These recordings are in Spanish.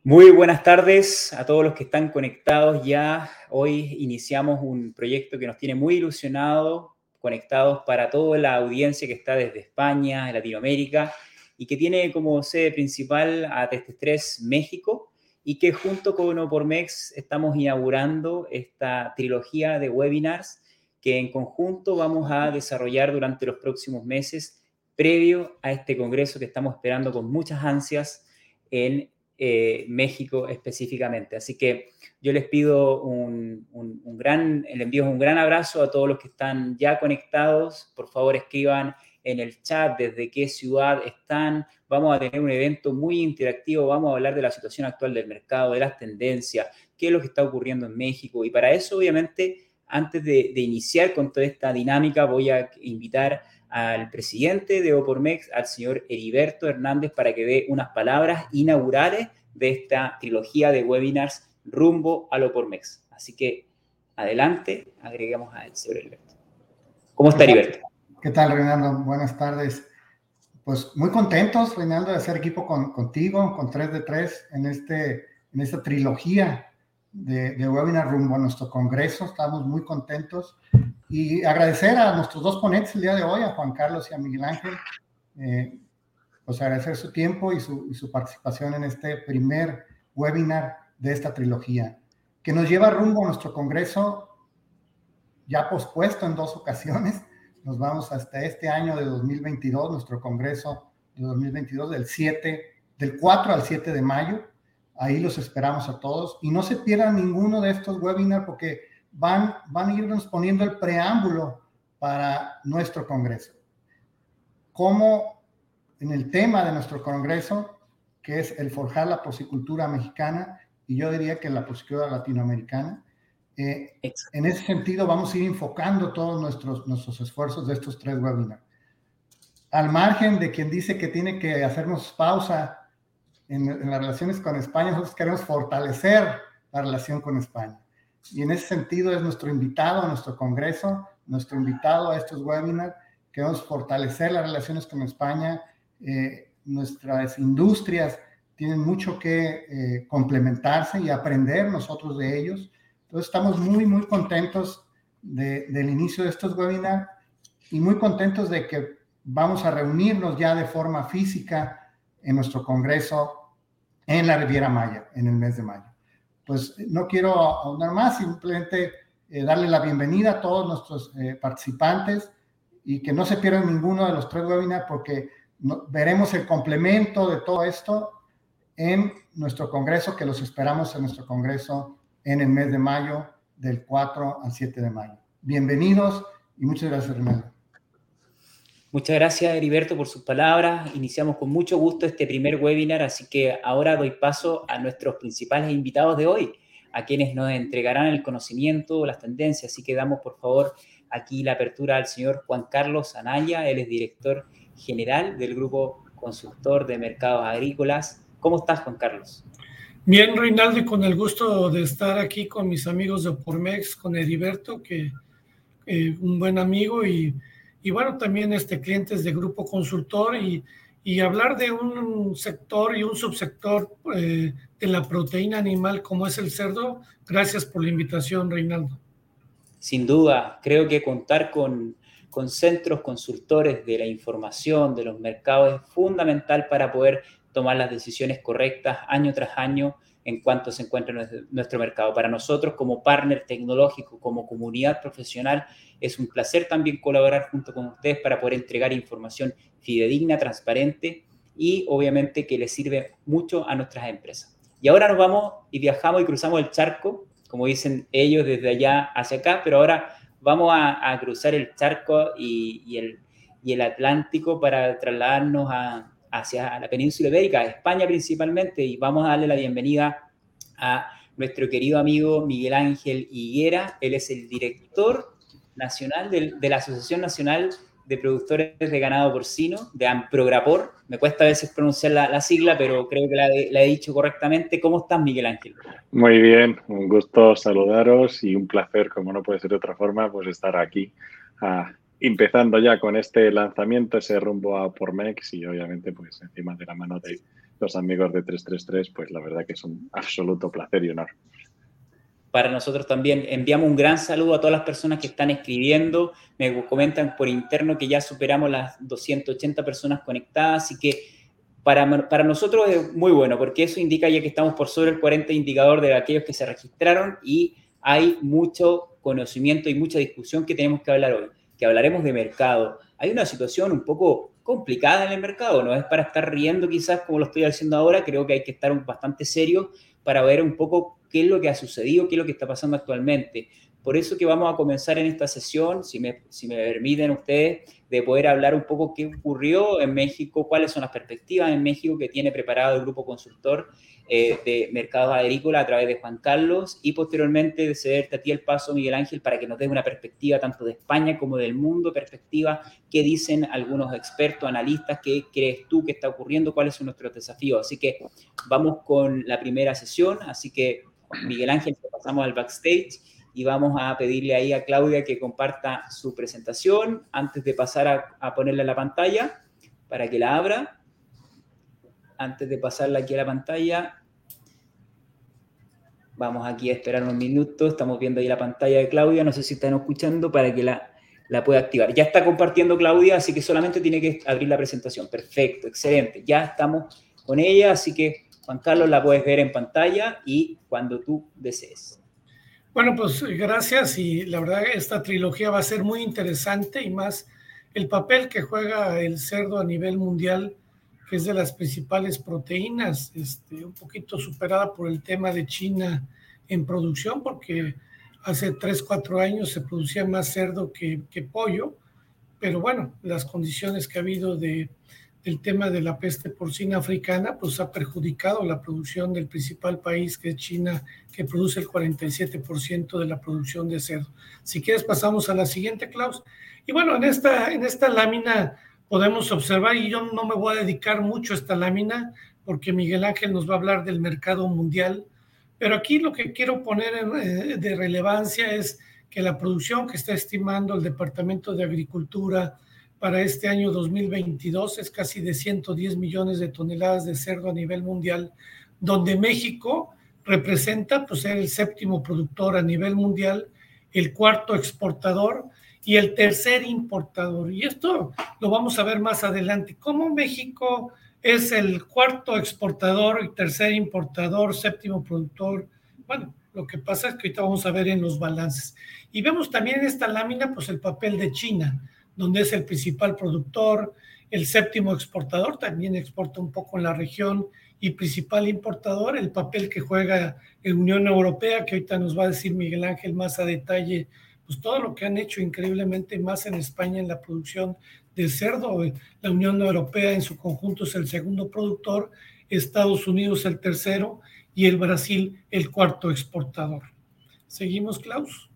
Muy buenas tardes a todos los que están conectados ya. Hoy iniciamos un proyecto que nos tiene muy ilusionados, conectados para toda la audiencia que está desde España, Latinoamérica, y que tiene como sede principal a Test3 México, y que junto con Opormex estamos inaugurando esta trilogía de webinars que en conjunto vamos a desarrollar durante los próximos meses, previo a este congreso que estamos esperando con muchas ansias en México específicamente. Así que yo les pido les envío un gran abrazo a todos los que están ya conectados. Por favor, escriban en el chat desde qué ciudad están. Vamos a tener un evento muy interactivo. Vamos a hablar de la situación actual del mercado, de las tendencias, qué es lo que está ocurriendo en México. Y para eso, obviamente, antes de iniciar con toda esta dinámica, voy a invitar al presidente de Opormex, al señor Heriberto Hernández, para que dé unas palabras inaugurales de esta trilogía de webinars rumbo al Opormex. Así que, adelante, agreguemos al señor Heriberto. ¿Cómo está, Heriberto? ¿Qué tal, Reinaldo? Buenas tardes. Pues muy contentos, Reinaldo, de hacer equipo contigo, con 3 de 3, en esta trilogía de webinar rumbo a nuestro congreso. Estamos muy contentos. Y agradecer a nuestros dos ponentes el día de hoy, a Juan Carlos y a Miguel Ángel, pues agradecer su tiempo y su participación en este primer webinar de esta trilogía, que nos lleva rumbo a nuestro congreso ya pospuesto en 2 ocasiones. Nos vamos hasta este año de 2022, nuestro congreso de 2022, del 4 al 7 de mayo. Ahí los esperamos a todos. Y no se pierdan ninguno de estos webinars porque van a irnos poniendo el preámbulo para nuestro congreso. Como en el tema de nuestro congreso, que es el forjar la porcicultura mexicana, y yo diría que la porcicultura latinoamericana, en ese sentido vamos a ir enfocando todos nuestros esfuerzos de estos 3 webinars. Al margen de quien dice que tiene que hacernos pausa en las relaciones con España, nosotros queremos fortalecer la relación con España. Y en ese sentido es nuestro invitado a nuestro congreso, nuestro invitado a estos webinars. Queremos fortalecer las relaciones con España. Nuestras industrias tienen mucho que complementarse y aprender nosotros de ellos. Entonces estamos muy, muy contentos del inicio de estos webinars y muy contentos de que vamos a reunirnos ya de forma física en nuestro congreso en la Riviera Maya, en el mes de mayo. Pues no quiero ahondar más, simplemente darle la bienvenida a todos nuestros participantes y que no se pierdan ninguno de los 3 webinars porque veremos el complemento de todo esto en nuestro congreso, que los esperamos en nuestro congreso en el mes de mayo, del 4 al 7 de mayo. Bienvenidos y muchas gracias, Reinaldo. Muchas gracias, Heriberto, por sus palabras. Iniciamos con mucho gusto este primer webinar, así que ahora doy paso a nuestros principales invitados de hoy, a quienes nos entregarán el conocimiento, las tendencias. Así que damos, por favor, aquí la apertura al señor Juan Carlos Anaya. Él es director general del Grupo Consultor de Mercados Agrícolas. ¿Cómo estás, Juan Carlos? Bien, Reinaldo, y con el gusto de estar aquí con mis amigos de Opormex, con Heriberto, que un buen amigo, y bueno, también clientes de Grupo Consultor, y hablar de un sector y un subsector de la proteína animal como es el cerdo. Gracias por la invitación, Reinaldo. Sin duda, creo que contar con centros consultores de la información, de los mercados, es fundamental para poder tomar las decisiones correctas año tras año en cuanto se encuentra nuestro mercado. Para nosotros, como partner tecnológico, como comunidad profesional, es un placer también colaborar junto con ustedes para poder entregar información fidedigna, transparente y obviamente que les sirve mucho a nuestras empresas. Y ahora nos vamos y viajamos y cruzamos el charco, como dicen ellos, desde allá hacia acá, pero ahora vamos a cruzar el charco y el Atlántico para trasladarnos hacia la península ibérica, a España principalmente, y vamos a darle la bienvenida a nuestro querido amigo Miguel Ángel Higuera. Él es el director nacional de la Asociación Nacional de Productores de Ganado Porcino, de AMPROGRAPOR. Me cuesta a veces pronunciar la sigla, pero creo que la he dicho correctamente. ¿Cómo estás, Miguel Ángel? Muy bien, un gusto saludaros y un placer, como no puede ser de otra forma, pues estar aquí empezando ya con este lanzamiento, ese rumbo a Opormex y obviamente pues encima de la mano los amigos de 333, pues la verdad que es un absoluto placer y honor. Para nosotros también. Enviamos un gran saludo a todas las personas que están escribiendo. Me comentan por interno que ya superamos las 280 personas conectadas, así que para nosotros es muy bueno, porque eso indica ya que estamos por sobre el 40 indicador de aquellos que se registraron y hay mucho conocimiento y mucha discusión que tenemos que hablar hoy, que hablaremos de mercado. Hay una situación un poco complicada en el mercado, no es para estar riendo quizás como lo estoy haciendo ahora, creo que hay que estar bastante serios para ver un poco qué es lo que ha sucedido, qué es lo que está pasando actualmente. Por eso que vamos a comenzar en esta sesión, si me permiten ustedes, de poder hablar un poco qué ocurrió en México, cuáles son las perspectivas en México que tiene preparado el Grupo Consultor de Mercados Agrícolas a través de Juan Carlos, y posteriormente de cederte a ti el paso, Miguel Ángel, para que nos des una perspectiva tanto de España como del mundo, perspectiva, qué dicen algunos expertos, analistas, qué crees tú que está ocurriendo, cuáles son nuestros desafíos. Así que vamos con la primera sesión, así que Miguel Ángel, pasamos al backstage y vamos a pedirle ahí a Claudia que comparta su presentación antes de pasar a ponerla en la pantalla para que la abra. Antes de pasarla aquí a la pantalla, vamos aquí a esperar unos minutos. Estamos viendo ahí la pantalla de Claudia. No sé si están escuchando para que la pueda activar. Ya está compartiendo Claudia, así que solamente tiene que abrir la presentación. Perfecto, excelente. Ya estamos con ella, así que Juan Carlos la puedes ver en pantalla y cuando tú desees. Bueno, pues gracias, y la verdad esta trilogía va a ser muy interesante, y más el papel que juega el cerdo a nivel mundial, que es de las principales proteínas, un poquito superada por el tema de China en producción, porque hace 3, 4 años se producía más cerdo que pollo, pero bueno, las condiciones que ha habido del tema de la peste porcina africana, pues ha perjudicado la producción del principal país, que es China, que produce el 47% de la producción de cerdo. Si quieres pasamos a la siguiente, Klaus. Y bueno, en esta lámina podemos observar, y yo no me voy a dedicar mucho a esta lámina, porque Miguel Ángel nos va a hablar del mercado mundial, pero aquí lo que quiero poner de relevancia es que la producción que está estimando el Departamento de Agricultura para este año 2022 es casi de 110 millones de toneladas de cerdo a nivel mundial, donde México representa pues ser el 7º productor a nivel mundial, el 4º exportador y el 3er importador. Y esto lo vamos a ver más adelante, cómo México es el 4º exportador, el 3er importador, 7º productor. Bueno, lo que pasa es que ahorita vamos a ver en los balances. Y vemos también en esta lámina pues el papel de China, donde es el principal productor, el 7º exportador, también exporta un poco en la región, y principal importador, el papel que juega en Unión Europea, que ahorita nos va a decir Miguel Ángel más a detalle, pues todo lo que han hecho increíblemente más en España en la producción de cerdo. La Unión Europea en su conjunto es el 2º productor, Estados Unidos el 3º y el Brasil el 4º exportador. ¿Seguimos, Klaus?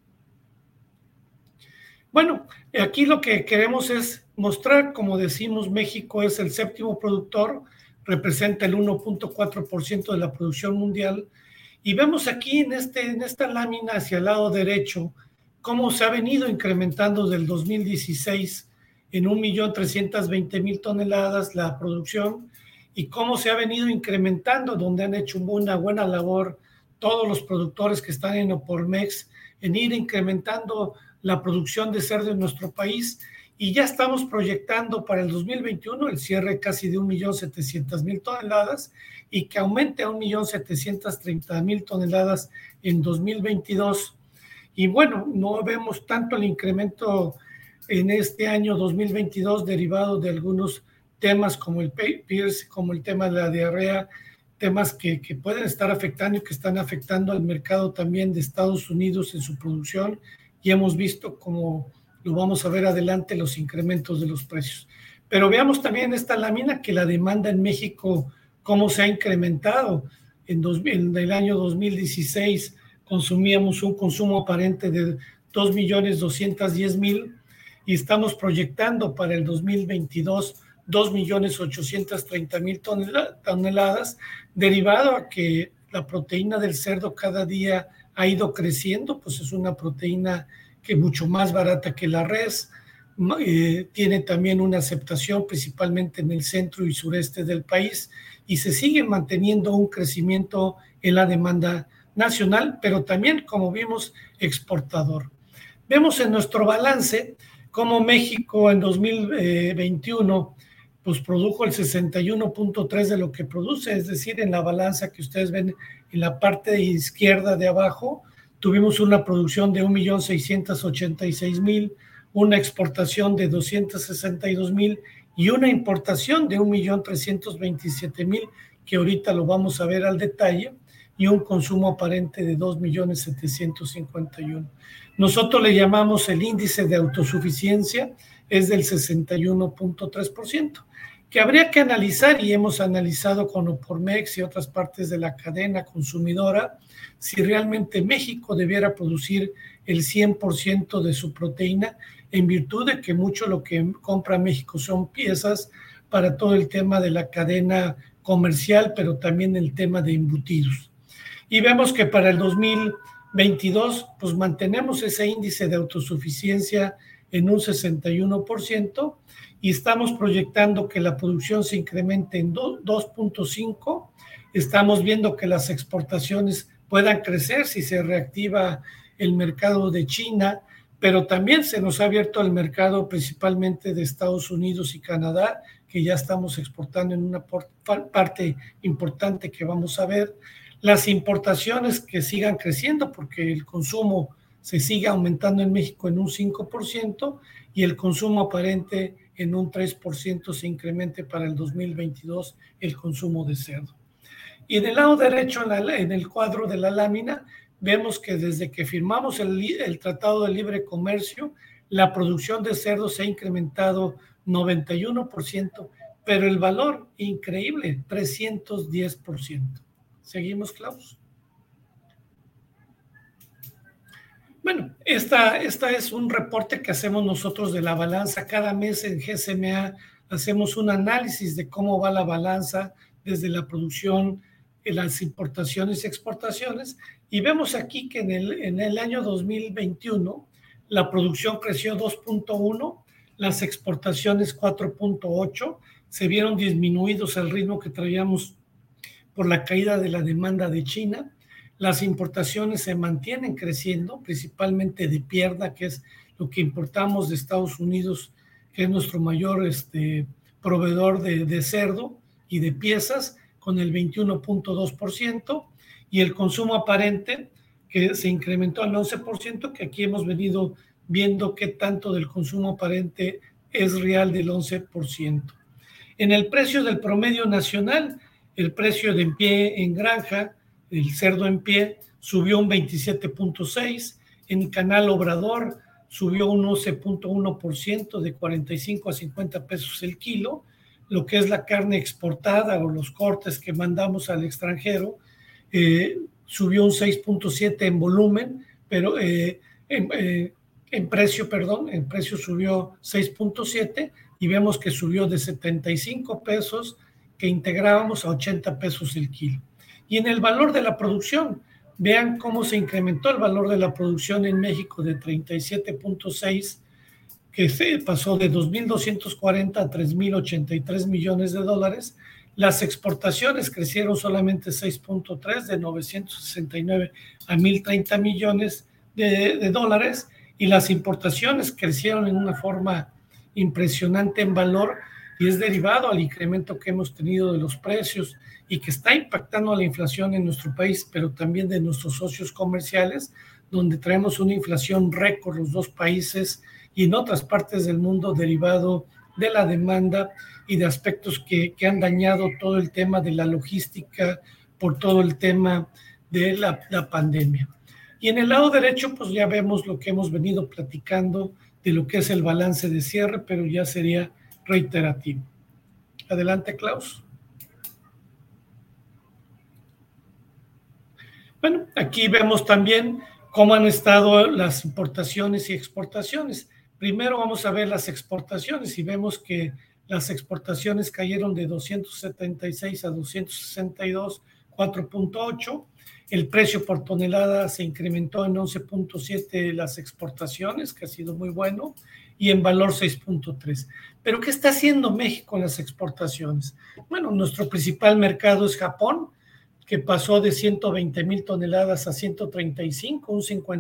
Bueno, aquí lo que queremos es mostrar, como decimos, México es el 7º productor, representa el 1.4% de la producción mundial, y vemos aquí en esta lámina hacia el lado derecho cómo se ha venido incrementando del 2016 en 1.320.000 toneladas la producción, y cómo se ha venido incrementando, donde han hecho una buena labor todos los productores que están en Opormex en ir incrementando la producción de cerdo en nuestro país, y ya estamos proyectando para el 2021 el cierre casi de 1.700.000 toneladas y que aumente a 1.730.000 toneladas en 2022. Y bueno, no vemos tanto el incremento en este año 2022 derivado de algunos temas como el PIRS, como el tema de la diarrea, temas que pueden estar afectando y que están afectando al mercado también de Estados Unidos en su producción, y hemos visto, como lo vamos a ver adelante, los incrementos de los precios. Pero veamos también esta lámina que la demanda en México, cómo se ha incrementado. En el año 2016 consumíamos un consumo aparente de 2.210.000 y estamos proyectando para el 2022 2.830.000 toneladas, derivado a que la proteína del cerdo cada día ha ido creciendo, pues es una proteína que es mucho más barata que la res, tiene también una aceptación principalmente en el centro y sureste del país y se sigue manteniendo un crecimiento en la demanda nacional, pero también, como vimos, exportador. Vemos en nuestro balance cómo México en 2021 pues produjo el 61.3 de lo que produce, es decir, en la balanza que ustedes ven en la parte izquierda de abajo, tuvimos una producción de 1.686.000, una exportación de 262.000 y una importación de 1.327.000, que ahorita lo vamos a ver al detalle, y un consumo aparente de 2.751.000. Nosotros le llamamos el índice de autosuficiencia, es del 61.3%, que habría que analizar, y hemos analizado con Opormex y otras partes de la cadena consumidora, si realmente México debiera producir el 100% de su proteína, en virtud de que mucho lo que compra México son piezas para todo el tema de la cadena comercial, pero también el tema de embutidos. Y vemos que para el 2022, pues mantenemos ese índice de autosuficiencia en un 61% y estamos proyectando que la producción se incremente en 2.5. Estamos viendo que las exportaciones puedan crecer si se reactiva el mercado de China, pero también se nos ha abierto el mercado principalmente de Estados Unidos y Canadá, que ya estamos exportando en una parte importante que vamos a ver. Las importaciones que sigan creciendo porque el consumo se sigue aumentando en México en un 5% y el consumo aparente en un 3% se incremente para el 2022 el consumo de cerdo. Y del lado derecho, en el cuadro de la lámina, vemos que desde que firmamos el Tratado de Libre Comercio, la producción de cerdo se ha incrementado 91%, pero el valor, increíble, 310%. ¿Seguimos, Klaus? Bueno, esta es un reporte que hacemos nosotros de la balanza. Cada mes en GCMA hacemos un análisis de cómo va la balanza desde la producción, las importaciones y exportaciones, y vemos aquí que en el año 2021 la producción creció 2.1, las exportaciones 4.8, se vieron disminuidos al ritmo que traíamos por la caída de la demanda de China. Las importaciones se mantienen creciendo, principalmente de pierna, que es lo que importamos de Estados Unidos, que es nuestro mayor proveedor de cerdo y de piezas, con el 21.2%, y el consumo aparente, que se incrementó al 11%, que aquí hemos venido viendo qué tanto del consumo aparente es real del 11%. En el precio del promedio nacional, el precio de en pie en granja, el cerdo en pie, subió un 27.6%, en Canal Obrador subió un 11.1%, de 45 a 50 pesos el kilo. Lo que es la carne exportada o los cortes que mandamos al extranjero, subió un 6.7% en volumen, pero en precio subió 6.7%, y vemos que subió de 75 pesos que integrábamos a 80 pesos el kilo. Y en el valor de la producción, vean cómo se incrementó el valor de la producción en México de 37.6, que se pasó de 2.240 a 3.083 millones de dólares. Las exportaciones crecieron solamente 6.3, de 969 a 1.030 millones de dólares, y las importaciones crecieron en una forma impresionante en valor, y es derivado al incremento que hemos tenido de los precios y que está impactando a la inflación en nuestro país, pero también de nuestros socios comerciales, donde traemos una inflación récord los dos países y en otras partes del mundo, derivado de la demanda y de aspectos que han dañado todo el tema de la logística por todo el tema de la pandemia. Y en el lado derecho, pues ya vemos lo que hemos venido platicando de lo que es el balance de cierre, pero ya sería reiterativo. Adelante, Klaus. Bueno, aquí vemos también cómo han estado las importaciones y exportaciones. Primero vamos a ver las exportaciones y vemos que las exportaciones cayeron de 276 a 262, 4.8. El precio por tonelada se incrementó en 11.7 las exportaciones, que ha sido muy bueno. y en valor 6.3. ¿Pero qué está haciendo México en las exportaciones? Bueno, nuestro principal mercado es Japón, que pasó de 120,000 toneladas a 135, un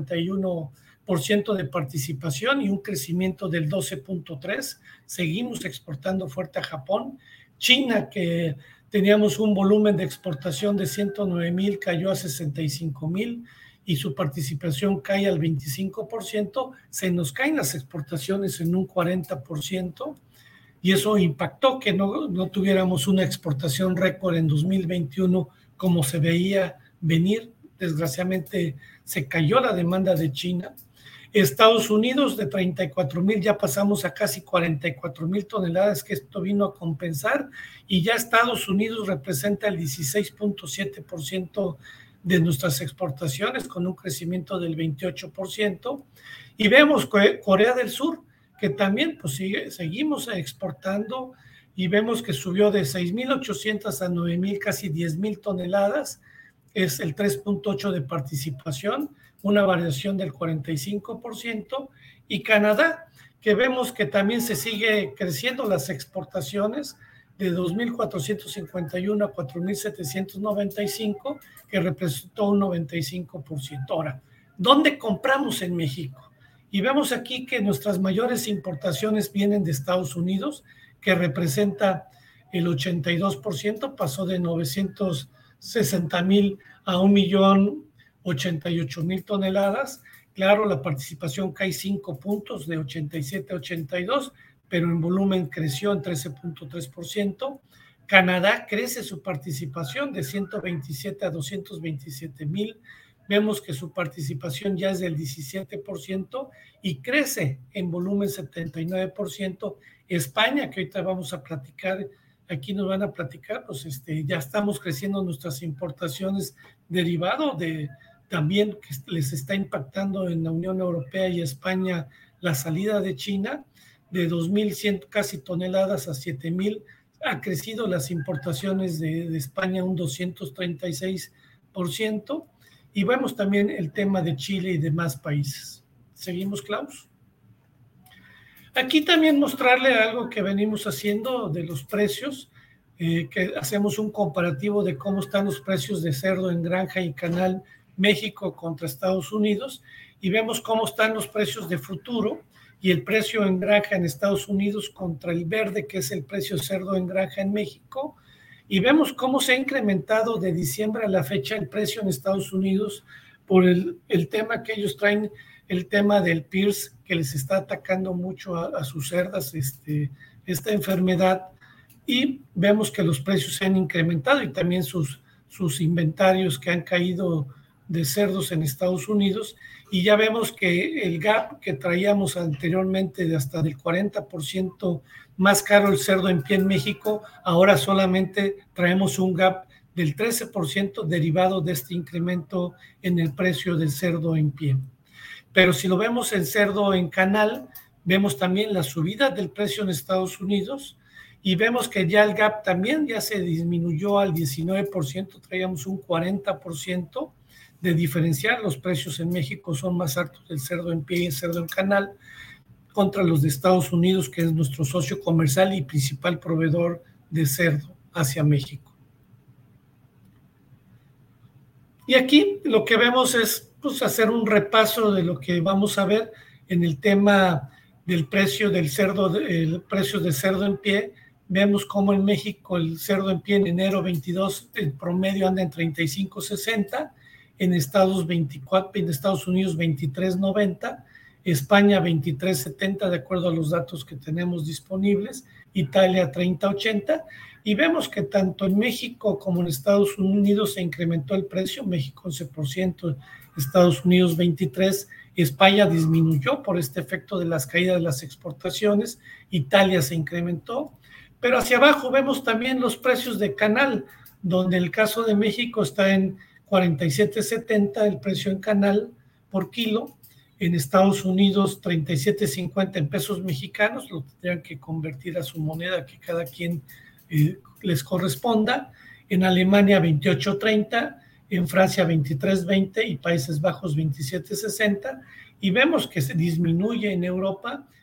51% de participación y un crecimiento del 12.3. Seguimos exportando fuerte a Japón. China, que teníamos un volumen de exportación de 109,000, cayó a 65,000 y su participación cae al 25%. Se nos caen las exportaciones en un 40%. Y eso impactó que no tuviéramos una exportación récord en 2021 como se veía venir. Desgraciadamente se cayó la demanda de China. Estados Unidos, de 34,000 ya pasamos a casi 44,000 toneladas, que esto vino a compensar, y ya Estados Unidos representa el 16.7% de nuestras exportaciones, con un crecimiento del 28%. Y vemos Corea del Sur, que también pues seguimos exportando, y vemos que subió de 6,800 a 9,000, casi 10,000 toneladas, es el 3.8% de participación, una variación del 45%, y Canadá, que vemos que también se sigue creciendo las exportaciones de 2,451 a 4,795, que representó un 95%. Ahora, ¿dónde compramos en México? Y vemos aquí que nuestras mayores importaciones vienen de Estados Unidos, que representa el 82%, pasó de 960,000 a 1,088,000 toneladas. Claro, la participación cae 5 puntos, de 87 a 82, pero en volumen creció en 13.3%. Canadá crece su participación de 127 a 227,000. Vemos que su participación ya es del 17% y crece en volumen 79%. España, que ahorita vamos a platicar, aquí nos van a platicar, pues ya estamos creciendo nuestras importaciones derivado de también que les está impactando en la Unión Europea y España la salida de China, de 2,100 casi toneladas a 7,000. Ha crecido las importaciones de España un 236%. Y vemos también el tema de Chile y demás países. ¿Seguimos, Klaus? Aquí también mostrarle algo que venimos haciendo de los precios, que hacemos un comparativo de cómo están los precios de cerdo en granja y canal México contra Estados Unidos, y vemos cómo están los precios de futuro y el precio en granja en Estados Unidos contra el verde, que es el precio cerdo en granja en México. Y vemos cómo se ha incrementado de diciembre a la fecha el precio en Estados Unidos por el tema que ellos traen, el tema del PRRS, que les está atacando mucho a sus cerdas, esta enfermedad. Y vemos que los precios se han incrementado y también sus inventarios que han caído de cerdos en Estados Unidos. Y ya vemos que el gap que traíamos anteriormente de hasta del 40% más caro el cerdo en pie en México, ahora solamente traemos un gap del 13% derivado de este incremento en el precio del cerdo en pie. Pero si lo vemos en cerdo en canal, vemos también la subida del precio en Estados Unidos y vemos que ya el gap también ya se disminuyó al 19%, traíamos un 40% de diferenciar. Los precios en México son más altos del cerdo en pie y el cerdo en canal contra los de Estados Unidos, que es nuestro socio comercial y principal proveedor de cerdo hacia México. Y aquí lo que vemos es pues, hacer un repaso de lo que vamos a ver en el tema del precio del cerdo, el precio de cerdo en pie. Vemos cómo en México el cerdo en pie en enero 22, el promedio anda en 35.60, en Estados Unidos 23.90, España 23.70 de acuerdo a los datos que tenemos disponibles, Italia 30.80, y vemos que tanto en México como en Estados Unidos se incrementó el precio, México 11%, Estados Unidos 23%, España disminuyó por este efecto de las caídas de las exportaciones, Italia se incrementó, pero hacia abajo vemos también los precios de canal, donde el caso de México está en 47.70 el precio en canal por kilo, en Estados Unidos 37.50 en pesos mexicanos, lo tendrían que convertir a su moneda que cada quien les corresponda, en Alemania 28.30, en Francia 23.20 y Países Bajos 27.60, y vemos que se disminuye en Europa,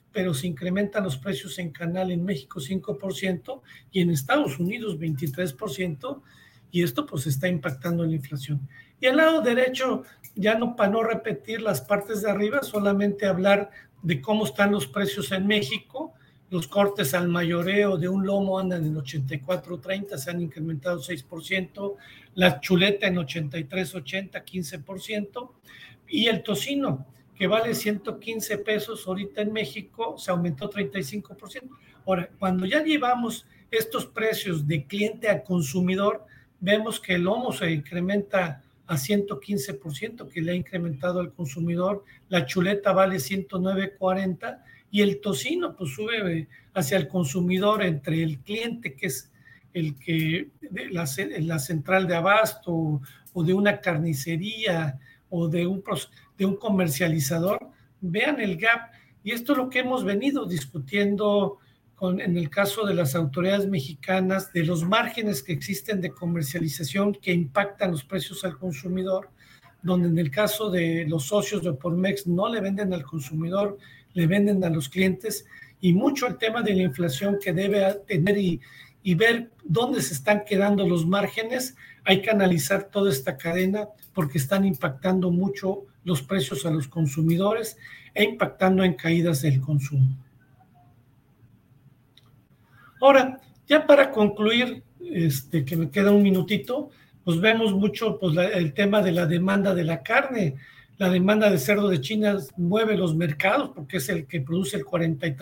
pero se incrementan los precios en canal en México 5% y en Estados Unidos 23%, y esto pues está impactando en la inflación. Y al lado derecho, ya no, para no repetir las partes de arriba, solamente hablar de cómo están los precios en México. Los cortes al mayoreo de un lomo andan en 84.30, se han incrementado 6%, la chuleta en 83.80, 15%, y el tocino, que vale 115 pesos ahorita en México, se aumentó 35%. Ahora, cuando ya llevamos estos precios de cliente a consumidor, vemos que el lomo se incrementa a 115%, que le ha incrementado al consumidor, la chuleta vale 109.40, y el tocino pues sube hacia el consumidor entre el cliente, que es el que la central de abasto o de una carnicería o de un comercializador. Vean el gap, y esto es lo que hemos venido discutiendo en el caso de las autoridades mexicanas, de los márgenes que existen de comercialización que impactan los precios al consumidor, donde en el caso de los socios de Opormex no le venden al consumidor, le venden a los clientes, y mucho el tema de la inflación que debe tener y ver dónde se están quedando los márgenes. Hay que analizar toda esta cadena porque están impactando mucho los precios a los consumidores e impactando en caídas del consumo. Ahora, ya para concluir, que me queda un minutito, pues vemos mucho pues, el tema de la demanda de la carne. La demanda de cerdo de China mueve los mercados porque es el que produce el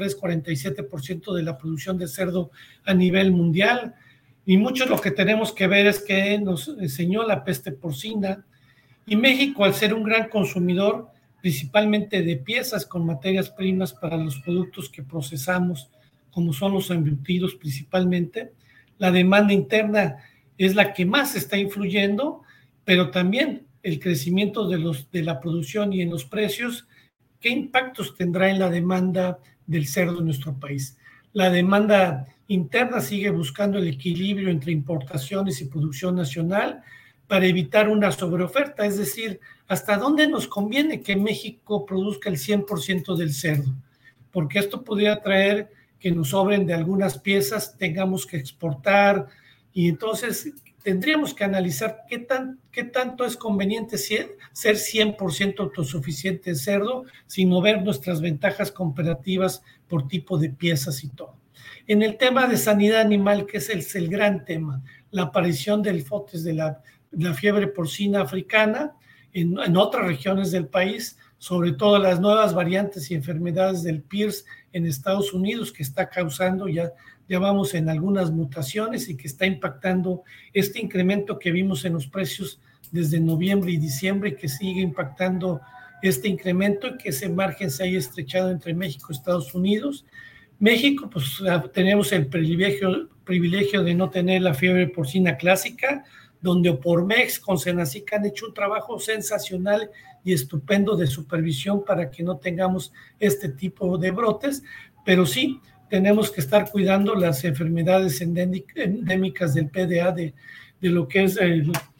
43-47% de la producción de cerdo a nivel mundial. Y mucho lo que tenemos que ver es que nos enseñó la peste porcina. Y México, al ser un gran consumidor, principalmente de piezas con materias primas para los productos que procesamos, como son los embutidos principalmente, la demanda interna es la que más está influyendo, pero también el crecimiento de la producción y en los precios, ¿qué impactos tendrá en la demanda del cerdo en nuestro país? La demanda interna sigue buscando el equilibrio entre importaciones y producción nacional para evitar una sobreoferta, es decir, hasta dónde nos conviene que México produzca el 100% del cerdo, porque esto podría traer que nos sobren de algunas piezas, tengamos que exportar, y entonces tendríamos que analizar qué tanto es conveniente ser 100% autosuficiente en cerdo, sin mover nuestras ventajas comparativas por tipo de piezas y todo. En el tema de sanidad animal, que es el gran tema, la aparición del FOTES, de la fiebre porcina africana en otras regiones del país, sobre todo las nuevas variantes y enfermedades del PIRS en Estados Unidos, que está causando, ya vamos en algunas mutaciones y que está impactando este incremento que vimos en los precios desde noviembre y diciembre, y que sigue impactando este incremento, y que ese margen se haya estrechado entre México y Estados Unidos. México, pues tenemos el privilegio de no tener la fiebre porcina clásica, donde Opormex con Senacica han hecho un trabajo sensacional y estupendo de supervisión para que no tengamos este tipo de brotes, pero sí tenemos que estar cuidando las enfermedades endémicas del PDA, de lo que es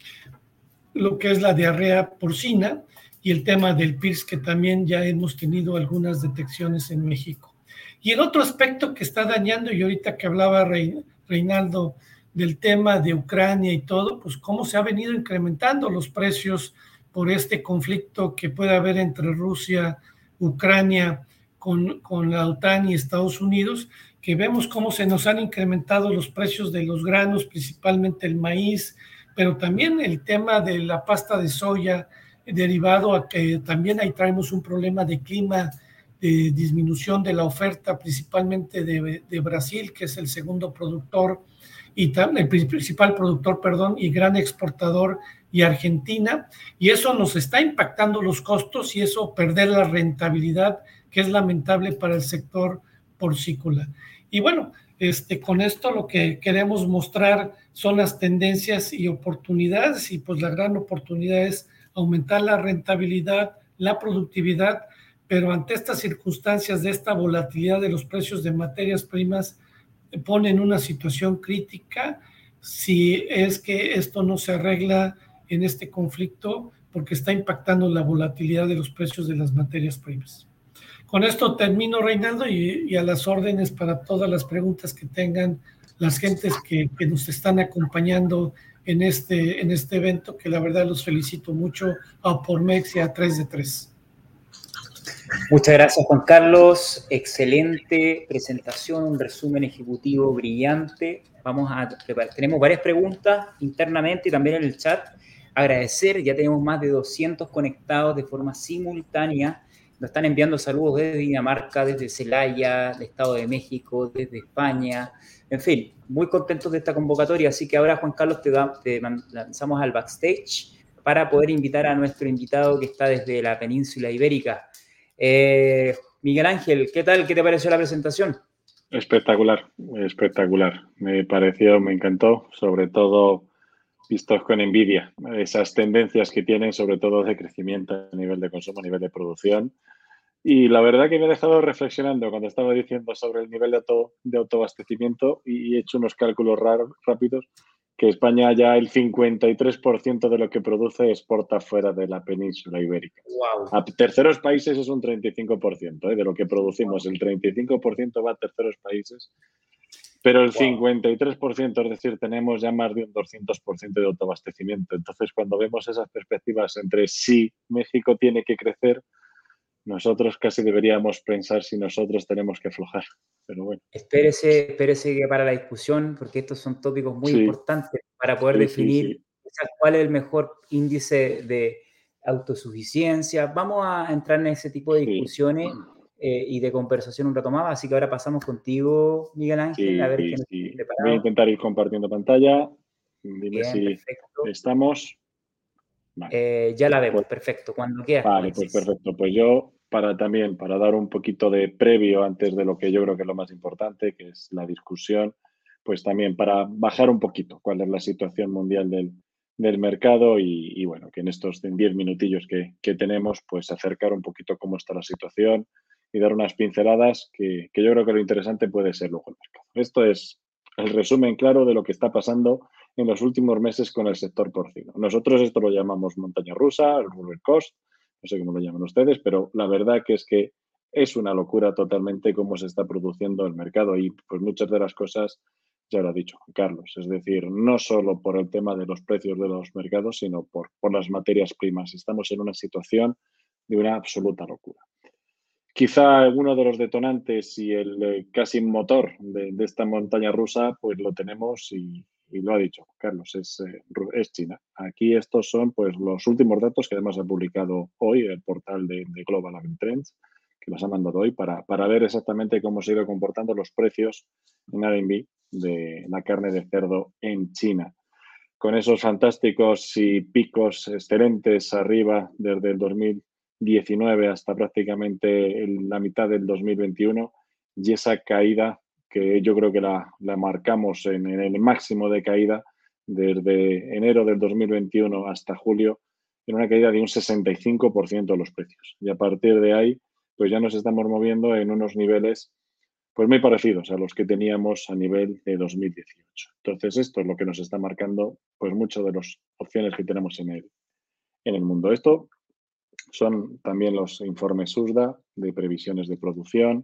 la diarrea porcina, y el tema del PIRS, que también ya hemos tenido algunas detecciones en México. Y el otro aspecto que está dañando, y ahorita que hablaba Reinaldo del tema de Ucrania y todo, pues cómo se ha venido incrementando los precios por este conflicto que puede haber entre Rusia, Ucrania, con la OTAN y Estados Unidos, que vemos cómo se nos han incrementado los precios de los granos, principalmente el maíz, pero también el tema de la pasta de soya, derivado a que también ahí traemos un problema de clima, de disminución de la oferta, principalmente de Brasil, que es el segundo productor, y el principal productor, y gran exportador, y Argentina, y eso nos está impactando los costos, y eso perder la rentabilidad, que es lamentable para el sector porcícola. Y bueno, con esto lo que queremos mostrar son las tendencias y oportunidades, y pues la gran oportunidad es aumentar la rentabilidad, la productividad, pero ante estas circunstancias de esta volatilidad de los precios de materias primas, pone en una situación crítica si es que esto no se arregla en este conflicto, porque está impactando la volatilidad de los precios de las materias primas. Con esto termino, Reinaldo, y a las órdenes para todas las preguntas que tengan las gentes que nos están acompañando en este evento, que la verdad los felicito mucho a Opormex y a 3 de 3. Muchas gracias, Juan Carlos. Excelente presentación, un resumen ejecutivo brillante. Vamos a preparar. Tenemos varias preguntas internamente y también en el chat. Agradecer, ya tenemos más de 200 conectados de forma simultánea. Nos están enviando saludos desde Dinamarca, desde Celaya, del Estado de México, desde España. En fin, muy contentos de esta convocatoria. Así que ahora, Juan Carlos, te lanzamos al backstage para poder invitar a nuestro invitado que está desde la península ibérica. Miguel Ángel, ¿qué tal? ¿Qué te pareció la presentación? Espectacular, espectacular. Me pareció, me encantó, sobre todo vistos con envidia, esas tendencias que tienen, sobre todo de crecimiento a nivel de consumo, a nivel de producción. Y la verdad que me ha dejado reflexionando cuando estaba diciendo sobre el nivel de autoabastecimiento y he hecho unos cálculos rápidos, que España ya el 53% de lo que produce exporta fuera de la península ibérica. Wow. A terceros países es un 35%, de lo que producimos. El 35% va a terceros países, pero el 53%, es decir, tenemos ya más de un 200% de autoabastecimiento. Entonces, cuando vemos esas perspectivas entre si México tiene que crecer, nosotros casi deberíamos pensar si nosotros tenemos que aflojar, pero bueno. Espérese que para la discusión, porque estos son tópicos muy importantes para poder definir cuál es el mejor índice de autosuficiencia. Vamos a entrar en ese tipo de discusiones y de conversación un rato más, así que ahora pasamos contigo, Miguel Ángel, a ver qué nos tienes preparado. Voy a intentar ir compartiendo pantalla. Dime Bien, si perfecto. estamos. Vale. Ya la vemos, perfecto. Cuando quieras. Vale, pues perfecto. Pues yo, para dar un poquito de previo antes de lo que yo creo que es lo más importante, que es la discusión, pues también para bajar un poquito cuál es la situación mundial del mercado y bueno, que en estos 10 minutillos que tenemos, pues acercar un poquito cómo está la situación y dar unas pinceladas que yo creo que lo interesante puede ser luego el mercado. Esto es el resumen claro de lo que está pasando en los últimos meses con el sector porcino. Nosotros esto lo llamamos montaña rusa, el roller coaster, no sé cómo lo llaman ustedes, pero la verdad que es una locura totalmente cómo se está produciendo el mercado y pues muchas de las cosas ya lo ha dicho Juan Carlos, es decir, no solo por el tema de los precios de los mercados, sino por las materias primas. Estamos en una situación de una absoluta locura. Quizá uno de los detonantes y el casi motor de esta montaña rusa, pues lo tenemos y lo ha dicho Carlos, es China. Aquí estos son pues los últimos datos que además ha publicado hoy el portal de Global AgriTrends, que los ha mandado hoy para ver exactamente cómo se han ido comportando los precios en R&B de la carne de cerdo en China. Con esos fantásticos y picos excelentes arriba desde el 2019 hasta prácticamente la mitad del 2021 y esa caída que yo creo que la marcamos en el máximo de caída desde enero del 2021 hasta julio, en una caída de un 65% de los precios. Y a partir de ahí, pues ya nos estamos moviendo en unos niveles pues muy parecidos a los que teníamos a nivel de 2018. Entonces, esto es lo que nos está marcando pues mucho de las opciones que tenemos en el mundo. Esto son también los informes USDA de previsiones de producción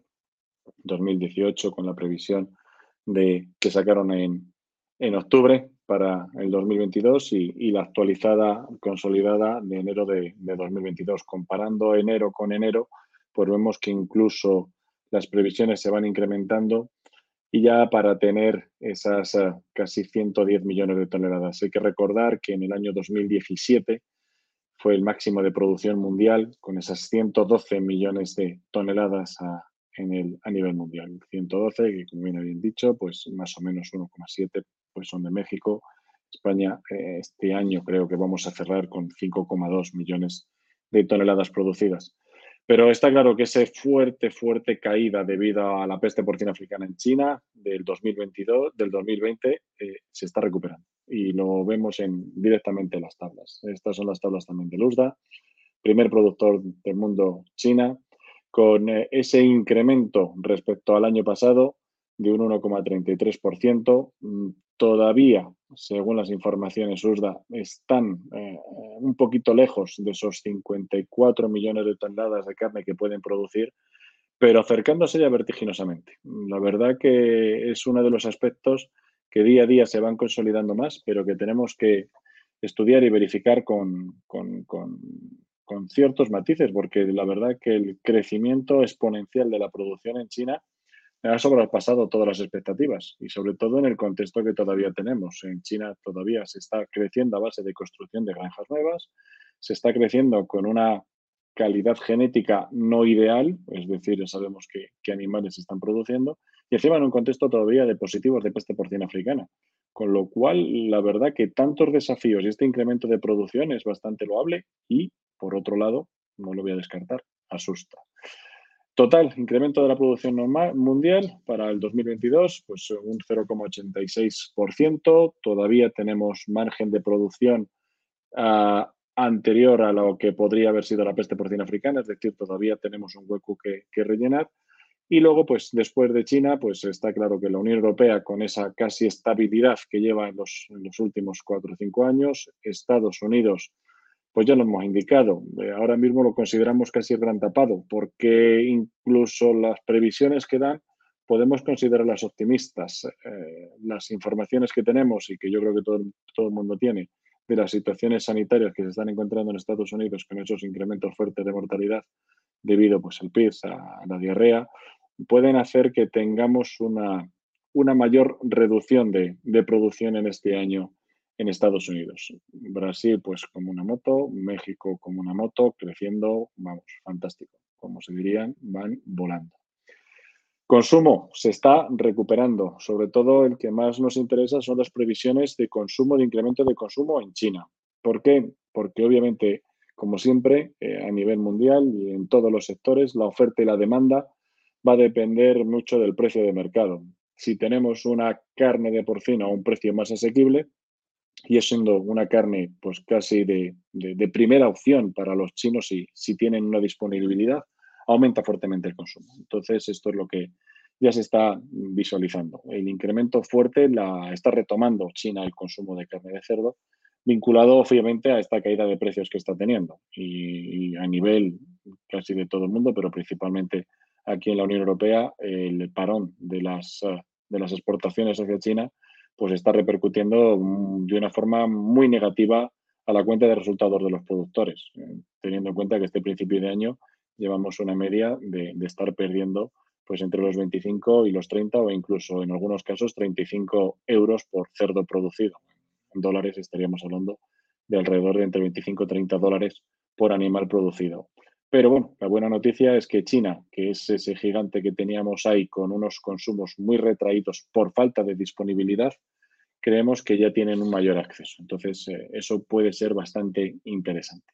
2018 con la previsión que sacaron en octubre para el 2022 y la actualizada consolidada de enero de 2022. Comparando enero con enero, pues vemos que incluso las previsiones se van incrementando y ya para tener esas casi 110 millones de toneladas. Hay que recordar que en el año 2017 fue el máximo de producción mundial con esas 112 millones de toneladas a nivel mundial. 112, que como bien habían dicho, pues más o menos 1,7 pues son de México. España este año creo que vamos a cerrar con 5,2 millones de toneladas producidas. Pero está claro que esa fuerte caída debido a la peste porcina africana en China del 2020 se está recuperando y lo vemos directamente en las tablas. Estas son las tablas también del USDA, primer productor del mundo China, con ese incremento respecto al año pasado de un 1,33%. Todavía, según las informaciones USDA, están un poquito lejos de esos 54 millones de toneladas de carne que pueden producir, pero acercándose ya vertiginosamente. La verdad que es uno de los aspectos que día a día se van consolidando más, pero que tenemos que estudiar y verificar con ciertos matices, porque la verdad que el crecimiento exponencial de la producción en China ha sobrepasado todas las expectativas y sobre todo en el contexto que todavía tenemos. En China todavía se está creciendo a base de construcción de granjas nuevas, se está creciendo con una calidad genética no ideal, es decir, sabemos qué animales se están produciendo, y encima en un contexto todavía de positivos de peste porcina africana. Con lo cual, la verdad que tantos desafíos y este incremento de producción es bastante loable y, por otro lado, no lo voy a descartar, asusta. Total, incremento de la producción mundial para el 2022, pues un 0,86%. Todavía tenemos margen de producción anterior a lo que podría haber sido la peste porcina africana, es decir, todavía tenemos un hueco que rellenar. Y luego, pues después de China, pues está claro que la Unión Europea, con esa casi estabilidad que lleva en los últimos 4 o 5 años, Estados Unidos, pues ya lo hemos indicado, ahora mismo lo consideramos casi el gran tapado, porque incluso las previsiones que dan podemos considerarlas optimistas. Las informaciones que tenemos y que yo creo que todo el mundo tiene de las situaciones sanitarias que se están encontrando en Estados Unidos con esos incrementos fuertes de mortalidad debido pues, al PIRS, a la diarrea, pueden hacer que tengamos una mayor reducción de producción en este año en Estados Unidos. Brasil, pues como una moto, México como una moto, creciendo, vamos, fantástico. Como se dirían, van volando. Consumo se está recuperando. Sobre todo el que más nos interesa son las previsiones de consumo, de incremento de consumo en China. ¿Por qué? Porque obviamente, como siempre, a nivel mundial y en todos los sectores, la oferta y la demanda va a depender mucho del precio de mercado. Si tenemos una carne de porcino a un precio más asequible, y es siendo una carne pues casi de primera opción para los chinos si tienen una disponibilidad, aumenta fuertemente el consumo. Entonces, esto es lo que ya se está visualizando. El incremento fuerte está retomando China el consumo de carne de cerdo, vinculado obviamente a esta caída de precios que está teniendo y a nivel casi de todo el mundo, pero principalmente aquí en la Unión Europea, el parón de las exportaciones hacia China pues está repercutiendo de una forma muy negativa a la cuenta de resultados de los productores, teniendo en cuenta que este principio de año llevamos una media de estar perdiendo pues entre los 25 y los 30 o incluso en algunos casos 35 euros por cerdo producido. En dólares estaríamos hablando de alrededor de entre 25 y 30 dólares por animal producido. Pero bueno, la buena noticia es que China, que es ese gigante que teníamos ahí con unos consumos muy retraídos por falta de disponibilidad, creemos que ya tienen un mayor acceso. Entonces, eso puede ser bastante interesante.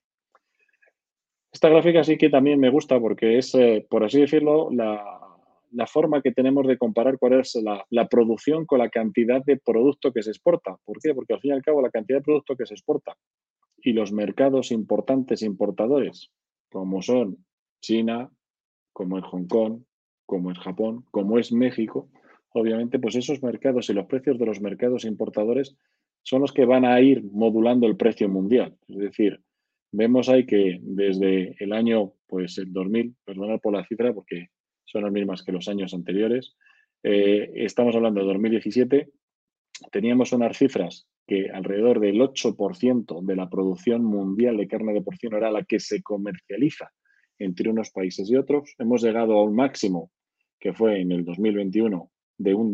Esta gráfica sí que también me gusta porque es, por así decirlo, la forma que tenemos de comparar cuál es la producción con la cantidad de producto que se exporta. ¿Por qué? Porque al fin y al cabo la cantidad de producto que se exporta y los mercados importantes importadores, como son China, como es Hong Kong, como es Japón, como es México, obviamente, pues esos mercados y los precios de los mercados importadores son los que van a ir modulando el precio mundial. Es decir, vemos ahí que desde el año, pues el 2000, perdonad por la cifra porque son las mismas que los años anteriores, estamos hablando de 2017, teníamos unas cifras que alrededor del 8% de la producción mundial de carne de porcino era la que se comercializa entre unos países y otros. Hemos llegado a un máximo que fue en el 2021 de un